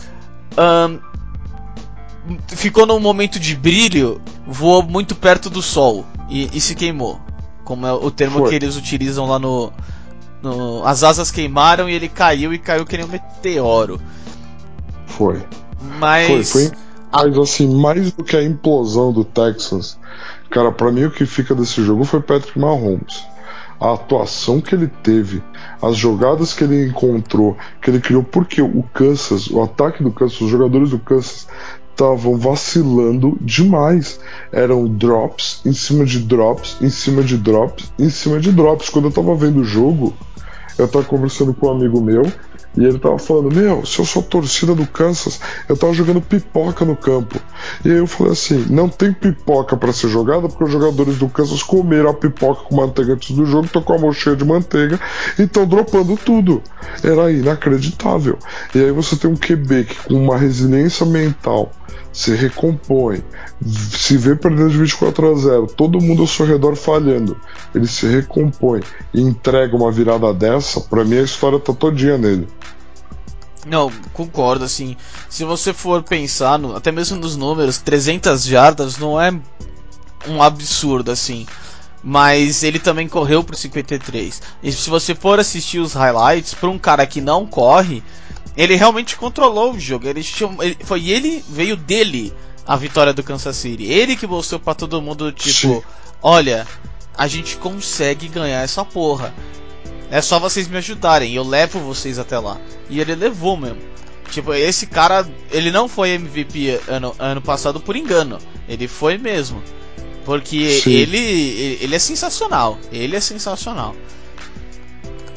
[SPEAKER 2] ficou num momento de brilho, voou muito perto do sol e se queimou. Como é o termo que eles utilizam lá no... As asas queimaram e ele caiu que nem um meteoro.
[SPEAKER 3] Foi.
[SPEAKER 2] Mas
[SPEAKER 3] assim, mais do que a implosão do Texans, cara, pra mim o que fica desse jogo foi Patrick Mahomes. A atuação que ele teve, as jogadas que ele encontrou, que ele criou, porque o Kansas, o ataque do Kansas, os jogadores do Kansas estavam vacilando demais. Eram drops em cima de drops, em cima de drops, em cima de drops. Quando eu tava vendo o jogo, eu tava conversando com um amigo meu e ele tava falando, se eu sou torcida do Kansas, eu tava jogando pipoca no campo. E aí eu falei assim, não tem pipoca para ser jogada porque os jogadores do Kansas comeram a pipoca com manteiga antes do jogo, estão com a mão cheia de manteiga e estão dropando tudo. Era inacreditável. E aí você tem um QB que com uma resiliência mental se recompõe, se vê perdendo de 24-0, todo mundo ao seu redor falhando, ele se recompõe e entrega uma virada dessa, pra mim a história tá todinha nele.
[SPEAKER 2] Não, concordo, assim, se você for pensar, até mesmo nos números, 300 jardas não é um absurdo, assim, mas ele também correu pro 53, e se você for assistir os highlights, pra um cara que não corre, ele realmente controlou o jogo, veio dele a vitória do Kansas City, ele que mostrou pra todo mundo, tipo, sim, olha, a gente consegue ganhar essa porra. É só vocês me ajudarem, eu levo vocês até lá. E ele levou mesmo. Tipo, esse cara, ele não foi MVP ano passado por engano. Ele foi mesmo. Porque ele é sensacional. Ele é sensacional.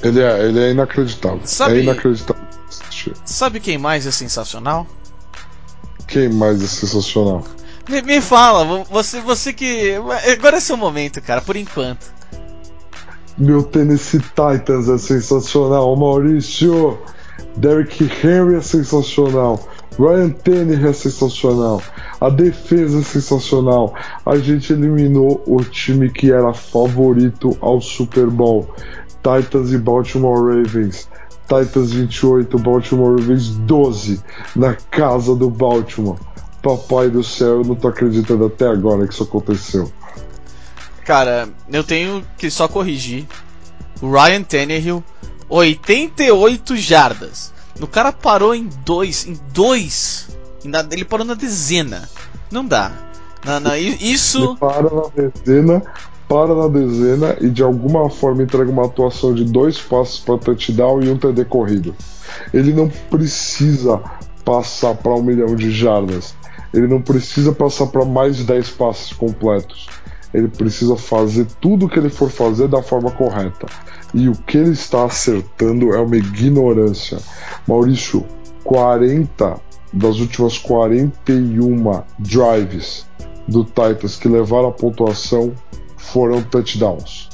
[SPEAKER 3] Ele é inacreditável.
[SPEAKER 2] Sabe-
[SPEAKER 3] É inacreditável.
[SPEAKER 2] Sabe quem mais é sensacional?
[SPEAKER 3] Quem mais é sensacional?
[SPEAKER 2] Me fala, você que. Agora é seu momento, cara, por enquanto.
[SPEAKER 3] Meu Tennessee Titans é sensacional, Maurício. Derrick Henry é sensacional. Ryan Tannehill é sensacional. A defesa é sensacional. A gente eliminou o time que era favorito ao Super Bowl. Titans e Baltimore Ravens. Titans 28, Baltimore Ravens 12. Na casa do Baltimore. Papai do céu, eu não tô acreditando até agora que isso aconteceu.
[SPEAKER 2] Cara, eu tenho que só corrigir. O Ryan Tannehill, 88 jardas. O cara parou em dois. Ele parou na dezena. Não dá. Isso.
[SPEAKER 3] Ele para na dezena e de alguma forma entrega uma atuação de 2 passos para touchdown e um TD corrido. Ele não precisa passar para 1 milhão de jardas. Ele não precisa passar para mais de 10 passes completos. Ele precisa fazer tudo o que ele for fazer da forma correta. E o que ele está acertando é uma ignorância. Maurício, 40 das últimas 41 drives do Titans que levaram a pontuação foram touchdowns.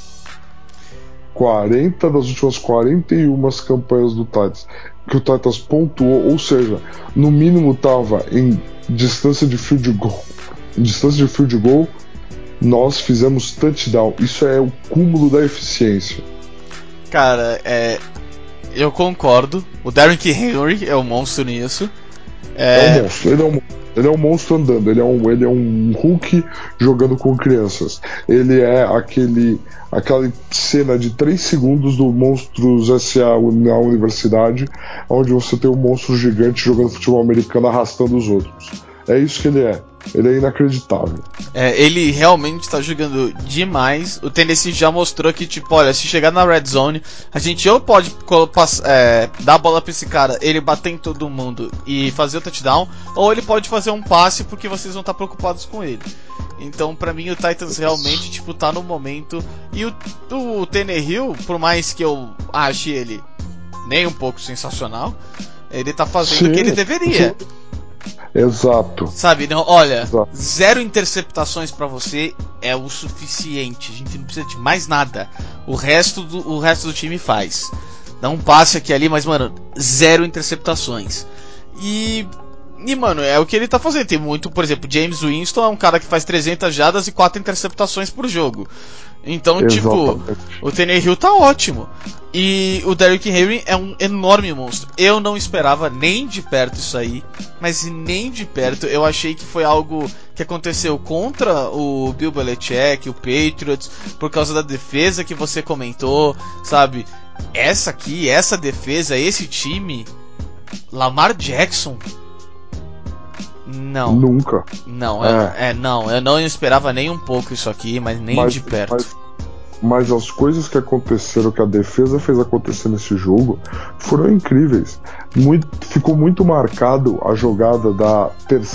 [SPEAKER 3] 40 das últimas 41 campanhas do Titans que o Titans pontuou, ou seja, no mínimo estava em distância de field goal. Em distância de field goal, nós fizemos touchdown. Isso é o cúmulo da eficiência.
[SPEAKER 2] Cara, eu concordo. O Derrick Henry é um monstro nisso.
[SPEAKER 3] É um monstro. Ele é um monstro andando. Ele é um Hulk jogando com crianças. Ele é aquela cena de 3 segundos do Monstros S.A. na universidade, onde você tem um monstro gigante jogando futebol americano arrastando os outros. É isso que ele é. Ele é inacreditável.
[SPEAKER 2] Ele realmente está jogando demais. O Tennessee já mostrou que, tipo, olha, se chegar na red zone, a gente ou pode dar a bola pra esse cara, ele bater em todo mundo e fazer o touchdown, ou ele pode fazer um passe porque vocês vão estar preocupados com ele. Então, pra mim, o Titans realmente, tipo, tá no momento. E o Tannehill, por mais que eu ache ele nem um pouco sensacional, ele tá fazendo o que ele deveria.
[SPEAKER 3] Exato.
[SPEAKER 2] Sabe, não, olha,
[SPEAKER 3] Exato.
[SPEAKER 2] 0 interceptações pra você é o suficiente. A gente não precisa de mais nada. O resto do time faz. Dá um passe aqui e ali, mas, mano, 0 interceptações. E, mano, é o que ele tá fazendo. Tem muito, por exemplo, James Winston é um cara que faz 300 jardas e 4 interceptações por jogo. Então,
[SPEAKER 3] Exatamente.
[SPEAKER 2] tipo, o Tannehill tá ótimo. E o Derrick Henry é um enorme monstro. Eu não esperava nem de perto isso aí, mas nem de perto. Eu achei que foi algo que aconteceu contra o Bill Belichick, o Patriots, por causa da defesa que você comentou, sabe? Essa defesa, esse time, Lamar Jackson. Não.
[SPEAKER 3] Nunca.
[SPEAKER 2] Não, não, eu não esperava nem um pouco isso aqui, mas nem de perto.
[SPEAKER 3] Mas as coisas que aconteceram, que a defesa fez acontecer nesse jogo, foram incríveis. Ficou muito marcado a jogada da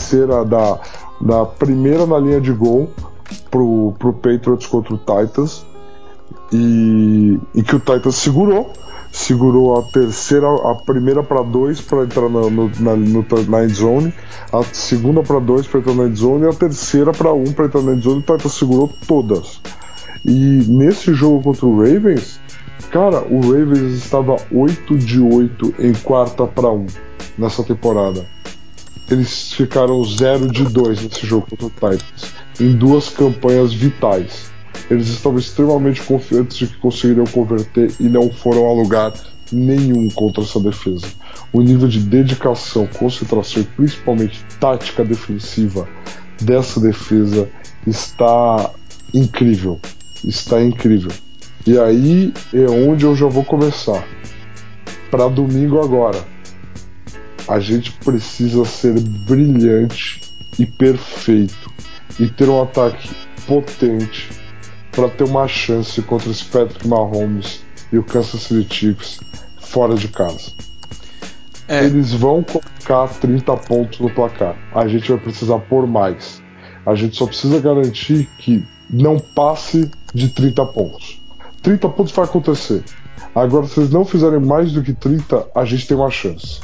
[SPEAKER 3] primeira na linha de gol pro Patriots contra o Titans, e que o Titans segurou a primeira para 2 para entrar na end zone, a segunda para 2 para entrar na end zone e a terceira para 1 para entrar na end zone. O Titans segurou todas. E nesse jogo contra o Ravens, cara, o Ravens estava 8 de 8 em 4-1 nessa temporada. Eles ficaram 0 de 2 nesse jogo contra o Titans, em 2 campanhas vitais. Eles estavam extremamente confiantes de que conseguiriam converter e não foram a lugar nenhum contra essa defesa. O nível de dedicação, concentração e principalmente tática defensiva dessa defesa está incrível. Está incrível. E aí é onde eu já vou começar. Para domingo agora, a gente precisa ser brilhante e perfeito e ter um ataque potente para ter uma chance contra esse Patrick Mahomes e o Kansas City Chiefs fora de casa. Eles vão colocar 30 pontos no placar. A gente vai precisar pôr mais. A gente só precisa garantir que não passe de 30 pontos. 30 pontos vai acontecer. Agora, se eles não fizerem mais do que 30, a gente tem uma chance.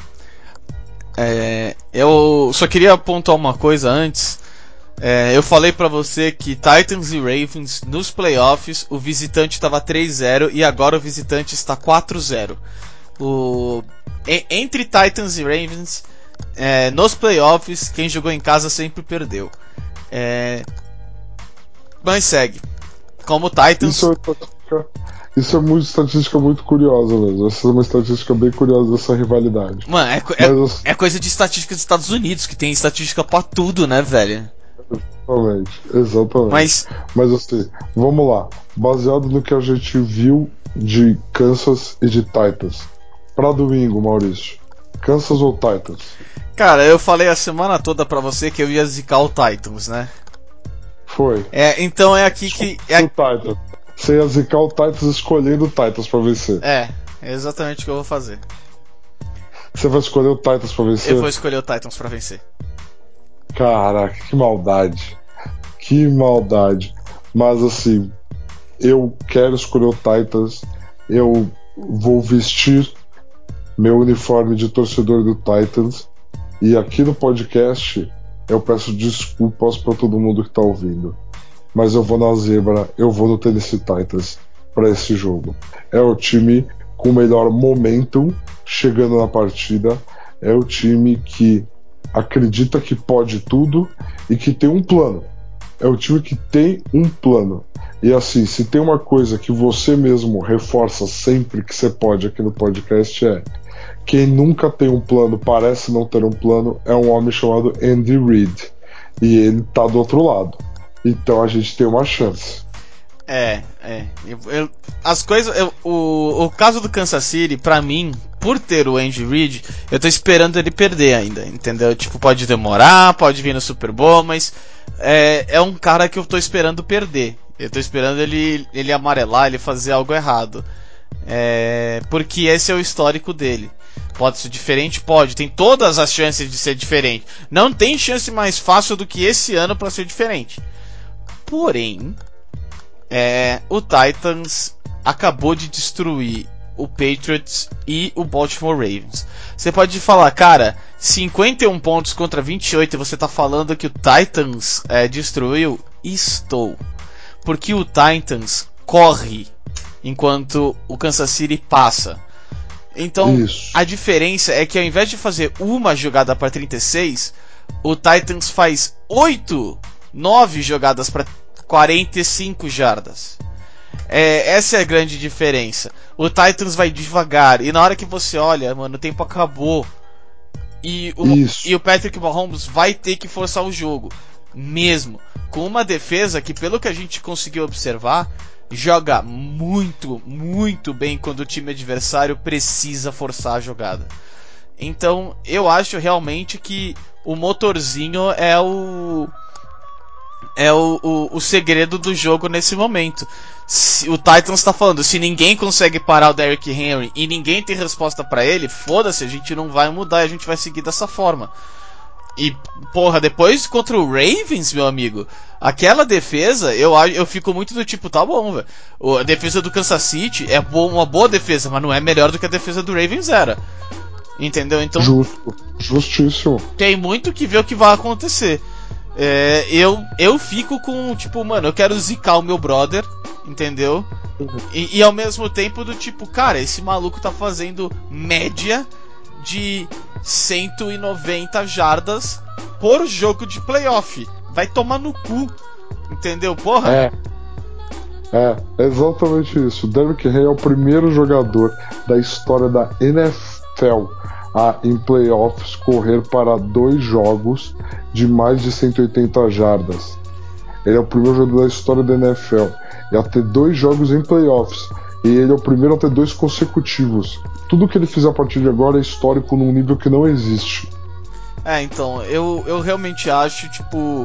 [SPEAKER 2] Eu só queria apontar uma coisa antes. Eu falei pra você que Titans e Ravens nos playoffs o visitante estava 3-0 e agora o visitante está 4-0. Entre Titans e Ravens nos playoffs, quem jogou em casa sempre perdeu. Mas segue. Como Titans.
[SPEAKER 3] Isso é uma estatística muito curiosa mesmo. Essa é uma estatística bem curiosa dessa rivalidade.
[SPEAKER 2] Mano, é coisa de estatística dos Estados Unidos, que tem estatística pra tudo, né, velho?
[SPEAKER 3] Exatamente. Mas assim, vamos lá. Baseado no que a gente viu de Kansas e de Titans. Pra domingo, Maurício. Kansas ou Titans?
[SPEAKER 2] Cara, eu falei a semana toda pra você que eu ia zicar o Titans, né?
[SPEAKER 3] Foi.
[SPEAKER 2] Então é aqui que.
[SPEAKER 3] O Titans. Você ia zicar o Titans escolhendo o Titans pra vencer.
[SPEAKER 2] É exatamente o que eu vou fazer.
[SPEAKER 3] Você vai escolher o Titans pra vencer?
[SPEAKER 2] Eu vou escolher o Titans pra vencer.
[SPEAKER 3] Caraca, que maldade. Que maldade. Mas assim, eu quero escolher o Titans. Eu vou vestir meu uniforme de torcedor do Titans. E aqui no podcast eu peço desculpas pra todo mundo que tá ouvindo. Mas eu vou na zebra, eu vou no Tennessee Titans para esse jogo. É o time com o melhor momentum chegando na partida. É o time que acredita que pode tudo e que tem um plano. É o time que tem um plano. E assim, se tem uma coisa que você mesmo reforça sempre que você pode aqui no podcast quem nunca tem um plano, parece não ter um plano, é um homem chamado Andy Reid. E ele tá do outro lado. Então a gente tem uma chance.
[SPEAKER 2] As coisas. O caso do Kansas City, pra mim, por ter o Andy Reid, eu tô esperando ele perder ainda, entendeu? Tipo, pode demorar, pode vir no Super Bowl, mas é um cara que eu tô esperando perder. Eu tô esperando ele amarelar, ele fazer algo errado. Porque esse é o histórico dele. Pode ser diferente? Pode. Tem todas as chances de ser diferente. Não tem chance mais fácil do que esse ano pra ser diferente. Porém, o Titans acabou de destruir o Patriots e o Baltimore Ravens. Você pode falar, cara, 51 pontos contra 28 e você tá falando que o Titans destruiu? Estou. Porque o Titans corre enquanto o Kansas City passa. Então,
[SPEAKER 3] Isso.
[SPEAKER 2] A diferença é que ao invés de fazer uma jogada para 36, o Titans faz 9 jogadas para 45 jardas. Essa é a grande diferença. O Titans vai devagar e na hora que você olha, mano, o tempo acabou. E o Patrick Mahomes vai ter que forçar o jogo. Mesmo com uma defesa que, pelo que a gente conseguiu observar, joga muito, muito bem quando o time adversário precisa forçar a jogada. Então, eu acho realmente que o motorzinho é o segredo do jogo nesse momento. O Titans tá falando, se ninguém consegue parar o Derrick Henry e ninguém tem resposta pra ele, foda-se, a gente não vai mudar, a gente vai seguir dessa forma. E, porra, depois contra o Ravens, meu amigo, aquela defesa, eu fico muito do tipo, tá bom, velho. A defesa do Kansas City é uma boa defesa, mas não é melhor do que a defesa do Ravens era. Entendeu? Então,
[SPEAKER 3] justíssimo.
[SPEAKER 2] Tem muito que ver o que vai acontecer. Eu fico com, tipo, mano, eu quero zicar o meu brother, entendeu? E ao mesmo tempo do tipo, cara, esse maluco tá fazendo média de 190 jardas por jogo de playoff. Vai tomar no cu, entendeu, porra?
[SPEAKER 3] É exatamente isso. O Derrick Henry é o primeiro jogador da história da NFL a, em playoffs, correr para 2 jogos de mais de 180 jardas. Ele é o primeiro jogador da história da NFL a ter 2 jogos em playoffs. E ele é o primeiro a ter 2 consecutivos. Tudo que ele fizer a partir de agora é histórico num nível que não existe.
[SPEAKER 2] Então, eu realmente acho, tipo,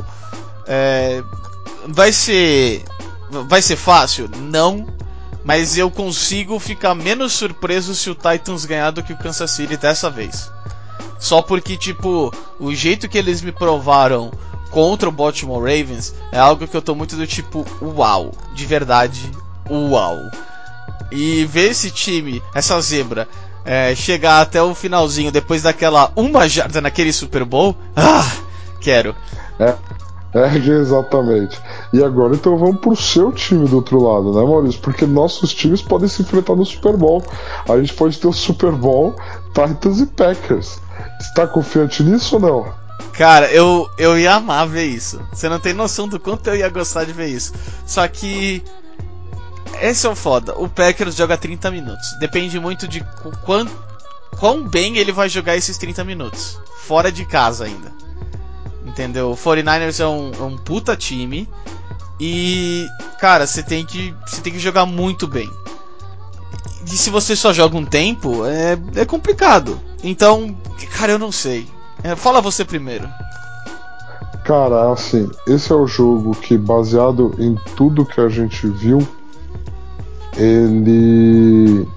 [SPEAKER 2] vai ser fácil? Não. Mas eu consigo ficar menos surpreso se o Titans ganhar do que o Kansas City dessa vez. Só porque, tipo, o jeito que eles me provaram contra o Baltimore Ravens é algo que eu tô muito do tipo, uau. De verdade, uau. e ver esse time, essa zebra, chegar até o finalzinho depois daquela uma jarda naquele Super Bowl, quero.
[SPEAKER 3] Exatamente. E agora então vamos pro seu time do outro lado, né, Maurício? Porque nossos times podem se enfrentar no Super Bowl. A gente pode ter o Super Bowl, Titans e Packers. Você tá confiante nisso ou não?
[SPEAKER 2] Cara, eu ia amar ver isso. Você não tem noção do quanto eu ia gostar de ver isso. Só que esse é o foda. O Packers joga 30 minutos. Depende muito de quão bem ele vai jogar esses 30 minutos. Fora de casa ainda. Entendeu? O 49ers é um puta time. E, cara, você tem que jogar muito bem. E se você só joga um tempo, é complicado. Então, cara, eu não sei. Fala você primeiro.
[SPEAKER 3] Cara, assim, esse é o jogo que, baseado em tudo que a gente viu, ele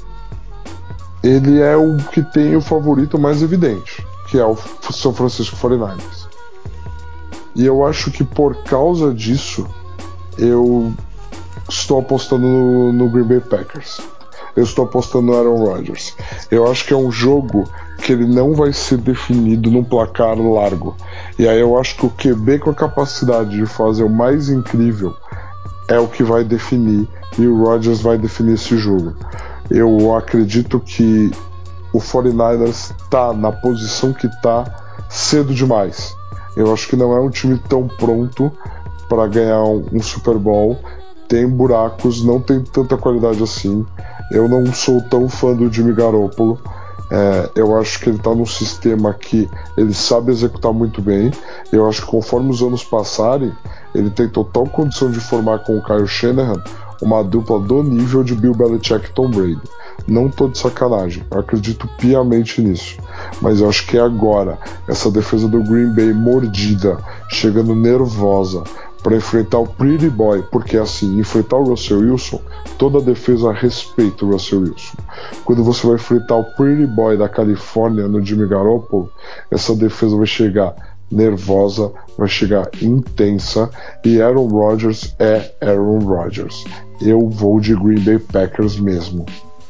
[SPEAKER 3] é o que tem o favorito mais evidente, que é o São Francisco 49ers. E eu acho que por causa disso, eu estou apostando no Green Bay Packers. Eu estou apostando no Aaron Rodgers. Eu acho que é um jogo que ele não vai ser definido num placar largo. E aí eu acho que o QB com a capacidade de fazer o mais incrível é o que vai definir, e o Rodgers vai definir esse jogo. Eu acredito que o 49ers está na posição que está cedo demais. Eu acho que não é um time tão pronto para ganhar um Super Bowl. Tem buracos, não tem tanta qualidade assim. Eu não sou tão fã do Jimmy Garoppolo. Eu acho que ele está num sistema que ele sabe executar muito bem. Eu acho que conforme os anos passarem, ele tem total condição de formar com o Kyle Shanahan uma dupla do nível de Bill Belichick e Tom Brady. Não tô de sacanagem, eu acredito piamente nisso. Mas eu acho que agora, essa defesa do Green Bay mordida, chegando nervosa, para enfrentar o Pretty Boy, porque assim, enfrentar o Russell Wilson, toda a defesa respeita o Russell Wilson. Quando você vai enfrentar o Pretty Boy da Califórnia no Jimmy Garoppolo, essa defesa vai chegar nervosa, vai chegar intensa, e Aaron Rodgers é Aaron Rodgers. Eu vou de Green Bay Packers mesmo.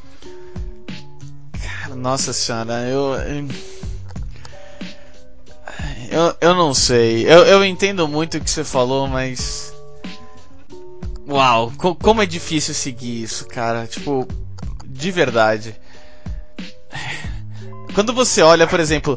[SPEAKER 2] Nossa senhora, eu não sei. Eu entendo muito o que você falou, mas. Uau, como é difícil seguir isso, cara. Tipo, de verdade. Quando você olha, por exemplo,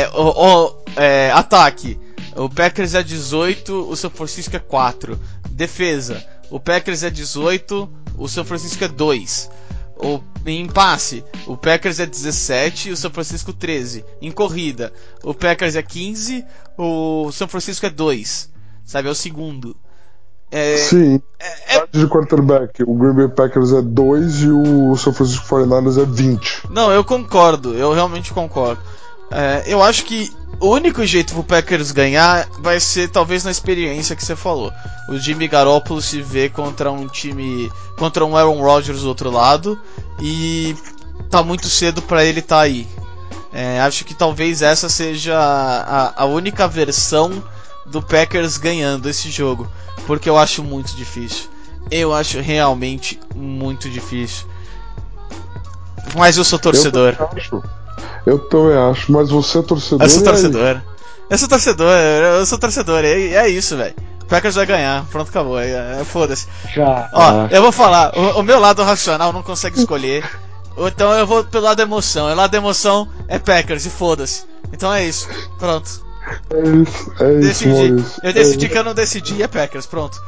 [SPEAKER 2] ataque. O Packers é 18, o São Francisco é 4. Defesa. O Packers é 18, o São Francisco é 2. Em passe, o Packers é 17 e o São Francisco 13. Em corrida, o Packers é 15, o São Francisco é 2. Sabe, é o segundo.
[SPEAKER 3] Sim, de quarterback, o Green Bay Packers é 2 e o San Francisco 49ers é 20.
[SPEAKER 2] Não, eu concordo, eu realmente concordo. Eu acho que o único jeito pro Packers ganhar vai ser talvez na experiência que você falou. O Jimmy Garoppolo se vê contra um time, contra um Aaron Rodgers do outro lado, e tá muito cedo para ele estar aí. Acho que talvez essa seja a única versão do Packers ganhando esse jogo, porque eu acho muito difícil. Eu acho realmente muito difícil. Mas eu sou torcedor.
[SPEAKER 3] Eu também acho, mas você é torcedor.
[SPEAKER 2] Eu sou torcedor. Eu sou torcedor. É isso, velho. O Packers vai ganhar. Pronto, acabou. Foda-se. Ó, eu vou falar. O meu lado racional não consegue escolher. Então eu vou pelo lado da emoção. O lado da emoção é Packers e foda-se. Então é isso. Pronto.
[SPEAKER 3] Isso, Maurício.
[SPEAKER 2] Eu decidi que eu não decidi, é Packers. Pronto.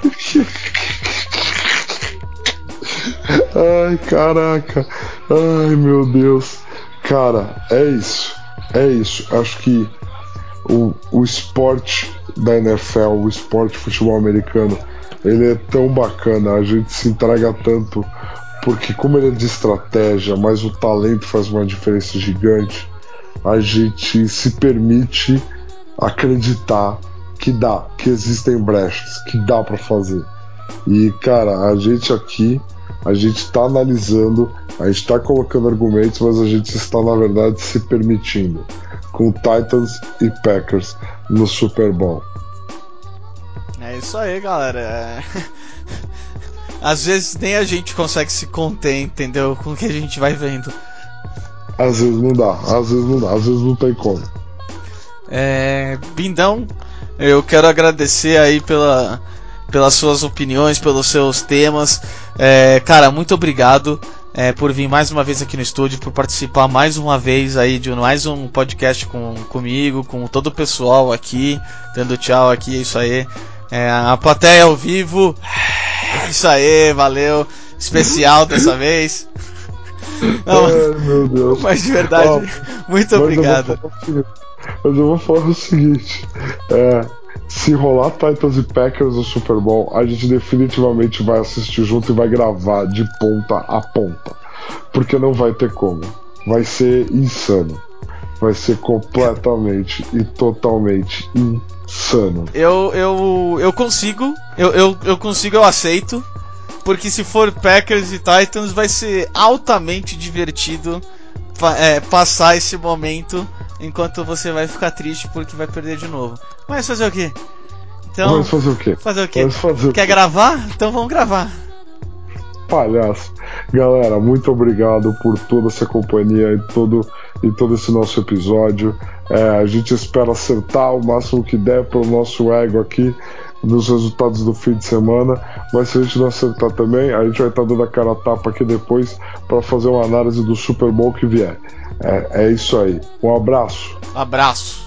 [SPEAKER 3] Ai, caraca. Ai, meu Deus. Cara, é isso. Acho que o esporte da NFL, o esporte de futebol americano, ele é tão bacana. A gente se entrega tanto, porque como ele é de estratégia, mas o talento faz uma diferença gigante, a gente se permite acreditar que dá, que existem brechas, que dá para fazer. E, cara, a gente está analisando, a gente está colocando argumentos, mas a gente está, na verdade, se permitindo, com Titans e Packers no Super Bowl.
[SPEAKER 2] É isso aí, galera. às vezes nem a gente consegue se conter, entendeu? Com o que a gente vai vendo.
[SPEAKER 3] Às vezes não dá, às vezes não tem como.
[SPEAKER 2] Bindão, eu quero agradecer aí pelas suas opiniões, pelos seus temas. Cara, muito obrigado por vir mais uma vez aqui no estúdio, por participar mais uma vez aí de mais um podcast comigo, com todo o pessoal aqui, dando tchau aqui, é isso aí. A plateia ao vivo, é isso aí, valeu. Especial dessa vez. Não,
[SPEAKER 3] Meu Deus.
[SPEAKER 2] mas de verdade, muito obrigado.
[SPEAKER 3] Mas eu vou falar o seguinte: se rolar Titans e Packers no Super Bowl, a gente definitivamente vai assistir junto e vai gravar de ponta a ponta. Porque não vai ter como. Vai ser insano. Vai ser completamente e totalmente insano.
[SPEAKER 2] Eu consigo, eu consigo, eu aceito. Porque se for Packers e Titans, vai ser altamente divertido passar esse momento enquanto você vai ficar triste porque vai perder de novo. Mas fazer o quê? Então,
[SPEAKER 3] Mas fazer o quê?
[SPEAKER 2] Quer gravar? Então vamos gravar.
[SPEAKER 3] Palhaço. Galera, muito obrigado por toda essa companhia e todo esse nosso episódio. A gente espera acertar o máximo que der pro nosso ego aqui nos resultados do fim de semana, mas se a gente não acertar também, a gente vai estar dando a cara a tapa aqui depois para fazer uma análise do Super Bowl que vier. É isso aí. Um abraço.
[SPEAKER 2] Abraço.